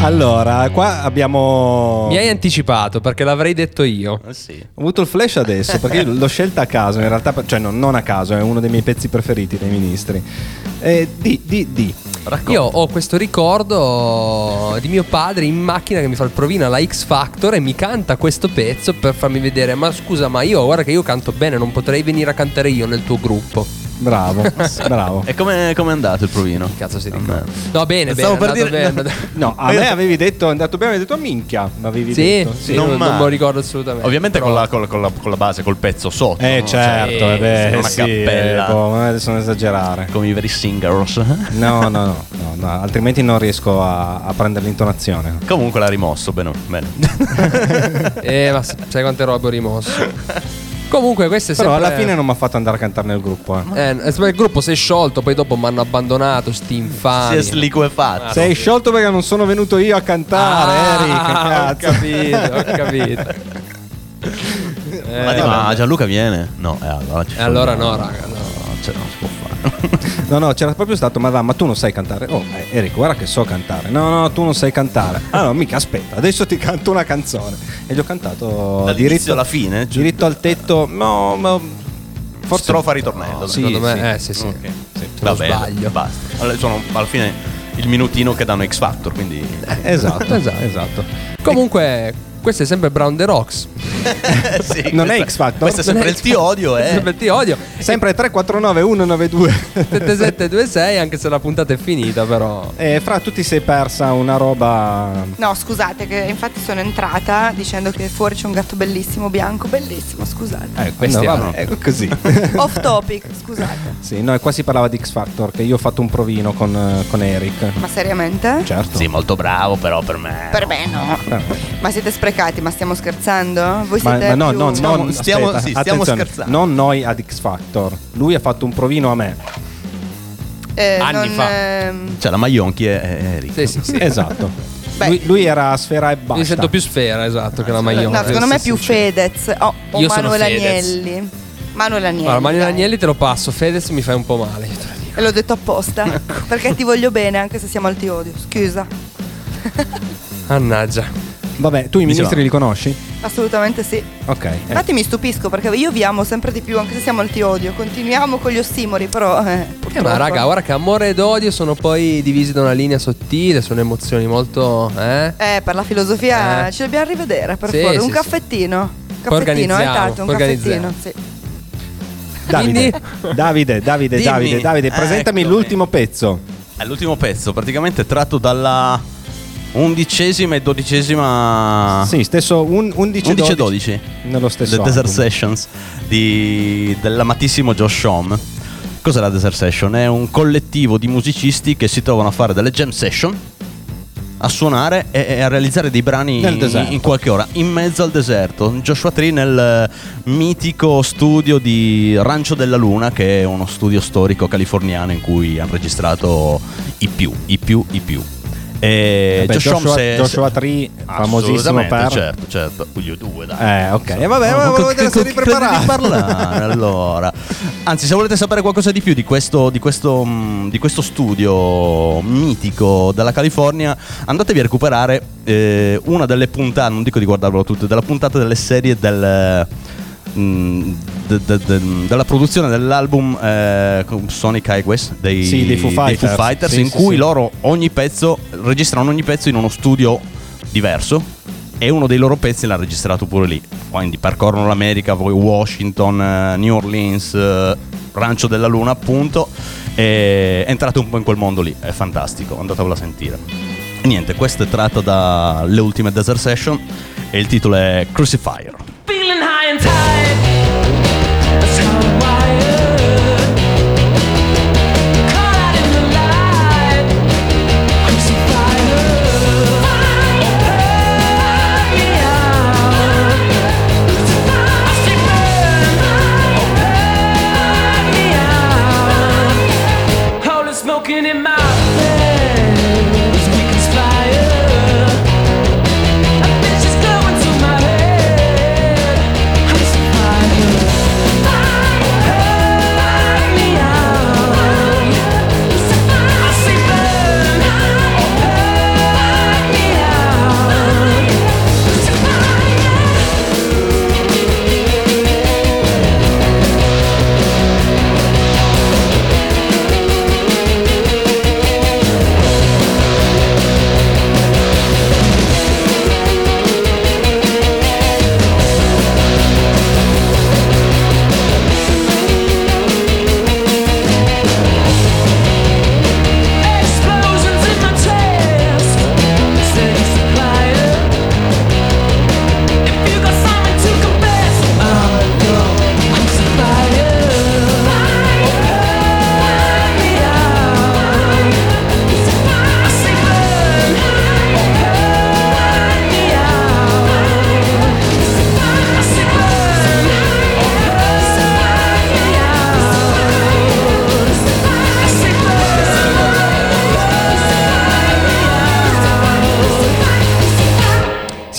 [SPEAKER 5] Allora, qua abbiamo.
[SPEAKER 7] Mi hai anticipato perché l'avrei detto io.
[SPEAKER 6] Eh sì.
[SPEAKER 5] Ho avuto il flash adesso perché io l'ho scelta a caso, in realtà, cioè no, non a caso, è uno dei miei pezzi preferiti dei Ministri. Eh, di, di, di.
[SPEAKER 6] Racconta.
[SPEAKER 7] Io ho questo ricordo di mio padre in macchina che mi fa il provino alla X Factor e mi canta questo pezzo per farmi vedere: ma scusa, ma io guarda che io canto bene, non potrei venire a cantare io nel tuo gruppo.
[SPEAKER 5] Bravo, bravo.
[SPEAKER 6] E come è andato il provino?
[SPEAKER 7] Cazzo si
[SPEAKER 6] A
[SPEAKER 7] ricorda?
[SPEAKER 6] me.
[SPEAKER 7] No, bene,
[SPEAKER 6] Stavo
[SPEAKER 7] bene,
[SPEAKER 6] per
[SPEAKER 7] è andato
[SPEAKER 6] dire-
[SPEAKER 7] bene.
[SPEAKER 5] No, a me avevi detto, è andato bene, avevi detto minchia. Avevi
[SPEAKER 7] Sì,
[SPEAKER 5] detto.
[SPEAKER 7] sì,
[SPEAKER 6] Non
[SPEAKER 7] non,
[SPEAKER 6] male.
[SPEAKER 7] non me lo ricordo assolutamente.
[SPEAKER 6] Ovviamente
[SPEAKER 7] però-
[SPEAKER 6] con, la, con, la, con, la, con la base, col pezzo sotto.
[SPEAKER 5] Eh
[SPEAKER 6] no?
[SPEAKER 5] certo,
[SPEAKER 6] Cioè,
[SPEAKER 5] eh, beh,
[SPEAKER 6] una
[SPEAKER 5] sì,
[SPEAKER 6] cappella.
[SPEAKER 5] eh, boh, adesso non esagerare.
[SPEAKER 6] Come i veri singers.
[SPEAKER 5] No, no, no, no, no, altrimenti non riesco a, a prendere l'intonazione.
[SPEAKER 6] Comunque l'ha rimosso, bene. bene.
[SPEAKER 7] Eh, ma sai quante robe ho rimosso. Comunque questo è
[SPEAKER 5] Però
[SPEAKER 7] sempre...
[SPEAKER 5] alla fine non mi ha fatto andare a cantare nel gruppo. Eh.
[SPEAKER 7] Eh, il gruppo si è sciolto, poi dopo mi hanno abbandonato, sti
[SPEAKER 6] Si
[SPEAKER 7] infami.
[SPEAKER 6] è sliquefatto.
[SPEAKER 5] Sei sciolto perché non sono venuto io a cantare, Eric.
[SPEAKER 7] Ah, ho
[SPEAKER 5] Cazzo.
[SPEAKER 7] capito, ho capito. Eh,
[SPEAKER 6] Ma, di-
[SPEAKER 7] vabbè.
[SPEAKER 6] ma Gianluca viene? No, eh, allora ci
[SPEAKER 7] E allora
[SPEAKER 6] sono-
[SPEAKER 7] no, raga, no.
[SPEAKER 6] Cioè, non si può fare.
[SPEAKER 5] No, no, c'era proprio stato, ma va, ma tu non sai cantare. Oh, eh, Eric, guarda che so cantare. No, no, tu non sai cantare. Allora, mica aspetta, adesso ti canto una canzone. E gli ho cantato
[SPEAKER 6] Dall'inizio
[SPEAKER 5] diritto
[SPEAKER 6] alla fine? Gi-
[SPEAKER 5] diritto al tetto. No, ma forse
[SPEAKER 6] Strofa ritornello.
[SPEAKER 5] No,
[SPEAKER 6] dai.
[SPEAKER 5] sì,
[SPEAKER 7] Secondo me,
[SPEAKER 5] sì.
[SPEAKER 7] eh, sì, sì.
[SPEAKER 6] Ok.
[SPEAKER 7] Se
[SPEAKER 6] Va
[SPEAKER 7] non
[SPEAKER 6] bene,
[SPEAKER 7] sbaglio.
[SPEAKER 6] basta. Allora, sono alla fine il minutino che danno X Factor, quindi
[SPEAKER 5] Esatto,
[SPEAKER 7] Esatto.
[SPEAKER 5] esatto.
[SPEAKER 7] Comunque, questo è sempre Brown the Rocks.
[SPEAKER 6] Sì,
[SPEAKER 5] Non è
[SPEAKER 6] questa-
[SPEAKER 5] X Factor?
[SPEAKER 6] Questo è sempre il ti odio, eh.
[SPEAKER 7] Sempre ti odio.
[SPEAKER 5] Sempre tre quattro nove uno nove due.
[SPEAKER 7] sette sette due sei, anche se la puntata è finita, però.
[SPEAKER 5] E fra tu ti sei persa una roba.
[SPEAKER 10] No, scusate, che infatti sono entrata dicendo che fuori c'è un gatto bellissimo, bianco, bellissimo, scusate.
[SPEAKER 5] Eh,
[SPEAKER 7] Questi
[SPEAKER 5] no,
[SPEAKER 7] hanno-
[SPEAKER 5] vabbè, è così.
[SPEAKER 10] Off topic, scusate.
[SPEAKER 5] Sì, no, e qua si parlava di X Factor, che io ho fatto un provino con, eh, con Eric.
[SPEAKER 10] Ma seriamente?
[SPEAKER 5] Certo.
[SPEAKER 6] Sì, molto bravo, però per me.
[SPEAKER 10] Per me no.
[SPEAKER 5] Eh.
[SPEAKER 10] Ma siete sprecati, ma stiamo scherzando? Voi
[SPEAKER 5] Ma,
[SPEAKER 10] siete
[SPEAKER 5] ma no,
[SPEAKER 10] più...
[SPEAKER 5] no,
[SPEAKER 6] Stiamo-
[SPEAKER 5] non-
[SPEAKER 6] stiamo-
[SPEAKER 5] aspetta,
[SPEAKER 6] sì, stiamo
[SPEAKER 5] attenzione,
[SPEAKER 6] scherzando.
[SPEAKER 5] Non noi ad X Factor. Lui ha fatto un provino a me.
[SPEAKER 10] eh,
[SPEAKER 7] Anni
[SPEAKER 10] non,
[SPEAKER 7] fa.
[SPEAKER 10] ehm,
[SPEAKER 6] Cioè, la Maionchi è, è Eric.
[SPEAKER 7] Sì, sì, sì.
[SPEAKER 5] Esatto.
[SPEAKER 10] Beh.
[SPEAKER 5] Lui, lui era a sfera e basta.
[SPEAKER 7] Mi sento più sfera, esatto, che la Maione.
[SPEAKER 10] no, secondo me è
[SPEAKER 7] Sì,
[SPEAKER 10] più
[SPEAKER 7] sì, sì.
[SPEAKER 10] Fedez o, o
[SPEAKER 7] Io sono
[SPEAKER 10] Manuel
[SPEAKER 7] Fedez.
[SPEAKER 10] Agnelli. Manuel Agnelli.
[SPEAKER 7] Allora, Manuel
[SPEAKER 10] dai.
[SPEAKER 7] Agnelli te lo passo, Fedez mi fai un po' male. io te lo dico.
[SPEAKER 10] E l'ho detto apposta. Perché ti voglio bene, anche se siamo al ti odio. Scusa.
[SPEAKER 7] Mannaggia.
[SPEAKER 5] Vabbè, tu i
[SPEAKER 6] Diceva-
[SPEAKER 5] ministri li conosci?
[SPEAKER 10] Assolutamente sì.
[SPEAKER 5] Ok. eh.
[SPEAKER 10] Infatti mi stupisco perché io vi amo sempre di più, anche se siamo al ti odio. Continuiamo con gli ossimori, però. Eh,
[SPEAKER 7] Eh,
[SPEAKER 10] purtroppo.
[SPEAKER 7] ma raga, guarda che amore ed odio sono poi divisi da una linea sottile, sono emozioni molto. Eh?
[SPEAKER 10] Eh, per la filosofia
[SPEAKER 7] Eh.
[SPEAKER 10] ci dobbiamo rivedere, per
[SPEAKER 7] Sì,
[SPEAKER 10] favore.
[SPEAKER 7] sì,
[SPEAKER 10] un
[SPEAKER 7] sì.
[SPEAKER 10] caffettino.
[SPEAKER 7] Poi
[SPEAKER 10] Caffettino, eh,
[SPEAKER 7] organizziamo,
[SPEAKER 10] Tato, un
[SPEAKER 7] poi
[SPEAKER 10] caffettino,
[SPEAKER 7] organizziamo.
[SPEAKER 10] sì.
[SPEAKER 5] Davide, Davide, Davide,
[SPEAKER 6] Dimmi.
[SPEAKER 5] Davide, Davide, presentami
[SPEAKER 6] Eccomi.
[SPEAKER 5] l'ultimo pezzo.
[SPEAKER 6] È l'ultimo pezzo, praticamente tratto dalla undicesima e dodicesima.
[SPEAKER 5] Sì, stesso un, undici
[SPEAKER 6] undici e
[SPEAKER 5] dodici.
[SPEAKER 6] dodici.
[SPEAKER 5] Nello stesso
[SPEAKER 6] The Desert
[SPEAKER 5] album.
[SPEAKER 6] Sessions di, dell'amatissimo Josh Homme. Cos'è la Desert Session? È un collettivo di musicisti che si trovano a fare delle jam session, a suonare e, e a realizzare dei brani
[SPEAKER 5] Nel
[SPEAKER 6] in,
[SPEAKER 5] deserto.
[SPEAKER 6] in qualche ora, in mezzo al deserto. Joshua Tree nel eh, mitico studio di Rancho della Luna, che è uno studio storico californiano in cui hanno registrato i più, i più, i più. E
[SPEAKER 5] Vabbè,
[SPEAKER 6] Josh Homme
[SPEAKER 5] Joshua,
[SPEAKER 6] se-
[SPEAKER 5] Joshua Tree, famosissimo
[SPEAKER 6] Assolutamente,
[SPEAKER 5] per.
[SPEAKER 6] certo, certo. Io due, dai.
[SPEAKER 5] Eh, ok. E vabbè,
[SPEAKER 6] Oh,
[SPEAKER 5] volevo
[SPEAKER 6] co-
[SPEAKER 5] vedere
[SPEAKER 6] co-
[SPEAKER 5] se eri
[SPEAKER 6] co- credi
[SPEAKER 5] preparato.
[SPEAKER 6] di parlare allora. Anzi, se volete sapere qualcosa di più di questo, di questo, mh, di questo studio mitico della California, andatevi a recuperare eh, una delle puntate, non dico di guardarvelo tutto, della puntata delle serie del mh, de- de- de- della produzione dell'album eh, Sonic Highways dei,
[SPEAKER 5] Sì, dei Foo Fighters.
[SPEAKER 6] Fighters,
[SPEAKER 5] Sì,
[SPEAKER 6] in
[SPEAKER 5] sì,
[SPEAKER 6] cui
[SPEAKER 5] sì.
[SPEAKER 6] loro ogni pezzo registrano ogni pezzo in uno studio diverso. E uno dei loro pezzi l'ha registrato pure lì. Quindi percorrono l'America, poi Washington, eh, New Orleans, eh, Rancho della Luna, appunto. E entrate un po' in quel mondo lí. È fantastico, andatevelo a sentire. E niente, questo è tratto dalle ultime Desert Session. E il titolo è Crucifier.
[SPEAKER 9] Feeling high and tired, strong wired, caught out in the light, crucifier, burn me out, I say burn, burn me out, holy smoking in my veins, we conspire, a bitch is going to my head, crucifier, burn me out, I say burn, burn me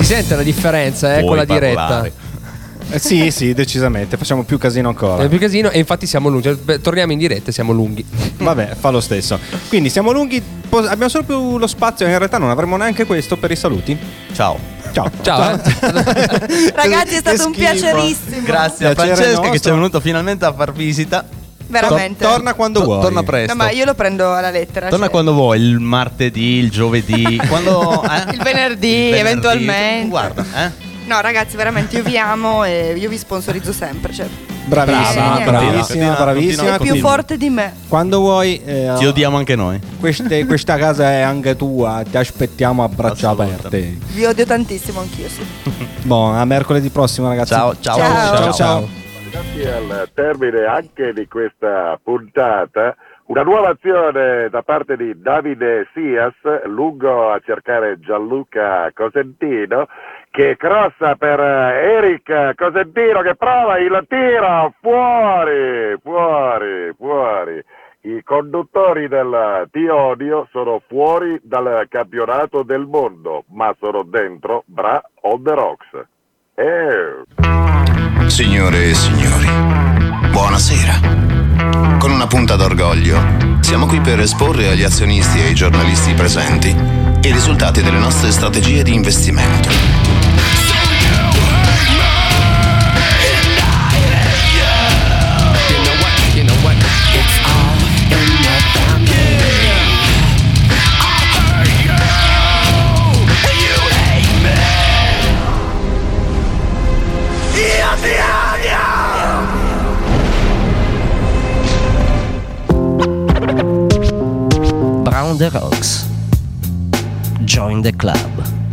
[SPEAKER 7] Si sente la differenza eh,
[SPEAKER 6] Puoi
[SPEAKER 7] con la diretta.
[SPEAKER 6] parlare.
[SPEAKER 5] Eh, sì, sì, decisamente. Facciamo più casino ancora.
[SPEAKER 7] È più casino e infatti siamo lunghi. Beh, torniamo in diretta e siamo lunghi.
[SPEAKER 5] Vabbè, fa lo stesso. Quindi siamo lunghi, po- abbiamo solo più lo spazio. In realtà non avremo neanche questo per i saluti.
[SPEAKER 6] Ciao.
[SPEAKER 5] Ciao.
[SPEAKER 7] Ciao.
[SPEAKER 10] Ragazzi, è stato un
[SPEAKER 5] schifo.
[SPEAKER 10] piacerissimo.
[SPEAKER 6] Grazie a
[SPEAKER 5] Piacere
[SPEAKER 6] Francesca che
[SPEAKER 5] nostro.
[SPEAKER 6] ci è venuto finalmente a far visita.
[SPEAKER 10] Veramente.
[SPEAKER 5] To- torna quando
[SPEAKER 6] To-
[SPEAKER 5] vuoi.
[SPEAKER 6] torna presto.
[SPEAKER 10] No, ma io lo prendo alla lettera.
[SPEAKER 6] Torna
[SPEAKER 10] cioè,
[SPEAKER 6] quando vuoi, il martedì, il giovedì, quando eh?
[SPEAKER 10] Il venerdì,
[SPEAKER 6] Il venerdì,
[SPEAKER 10] eventualmente.
[SPEAKER 6] Guarda, eh?
[SPEAKER 10] No, ragazzi, veramente io vi amo e io vi sponsorizzo sempre. Cioè,
[SPEAKER 5] Bravissima,
[SPEAKER 10] Brava,
[SPEAKER 5] bravissima,
[SPEAKER 6] continua,
[SPEAKER 5] bravissima.
[SPEAKER 6] continua.
[SPEAKER 10] è più
[SPEAKER 5] Continua.
[SPEAKER 10] forte di me.
[SPEAKER 5] Quando vuoi, eh,
[SPEAKER 6] Ti odiamo anche noi.
[SPEAKER 5] queste- questa casa è anche tua. Ti aspettiamo a braccia
[SPEAKER 6] Assolutamente.
[SPEAKER 5] aperte.
[SPEAKER 10] Vi odio tantissimo anch'io, sì.
[SPEAKER 5] Buon, a mercoledì prossimo, ragazzi.
[SPEAKER 6] Ciao, ciao.
[SPEAKER 10] Ciao.
[SPEAKER 5] ciao. ciao.
[SPEAKER 2] Arrivati al termine anche di questa puntata, una nuova azione da parte di Davide Sias, lungo a cercare Gianluca Cosentino, che crossa per Eric Cosentino che prova il tiro, fuori, fuori, fuori. I conduttori del Ti Odio sono fuori dal campionato del mondo, ma sono dentro Bra on the Rocks. Eh.
[SPEAKER 4] Signore e signori, buonasera. Con una punta d'orgoglio, siamo qui per esporre agli azionisti e ai giornalisti presenti i risultati delle nostre strategie di investimento.
[SPEAKER 11] Brown the Rocks. Join the club.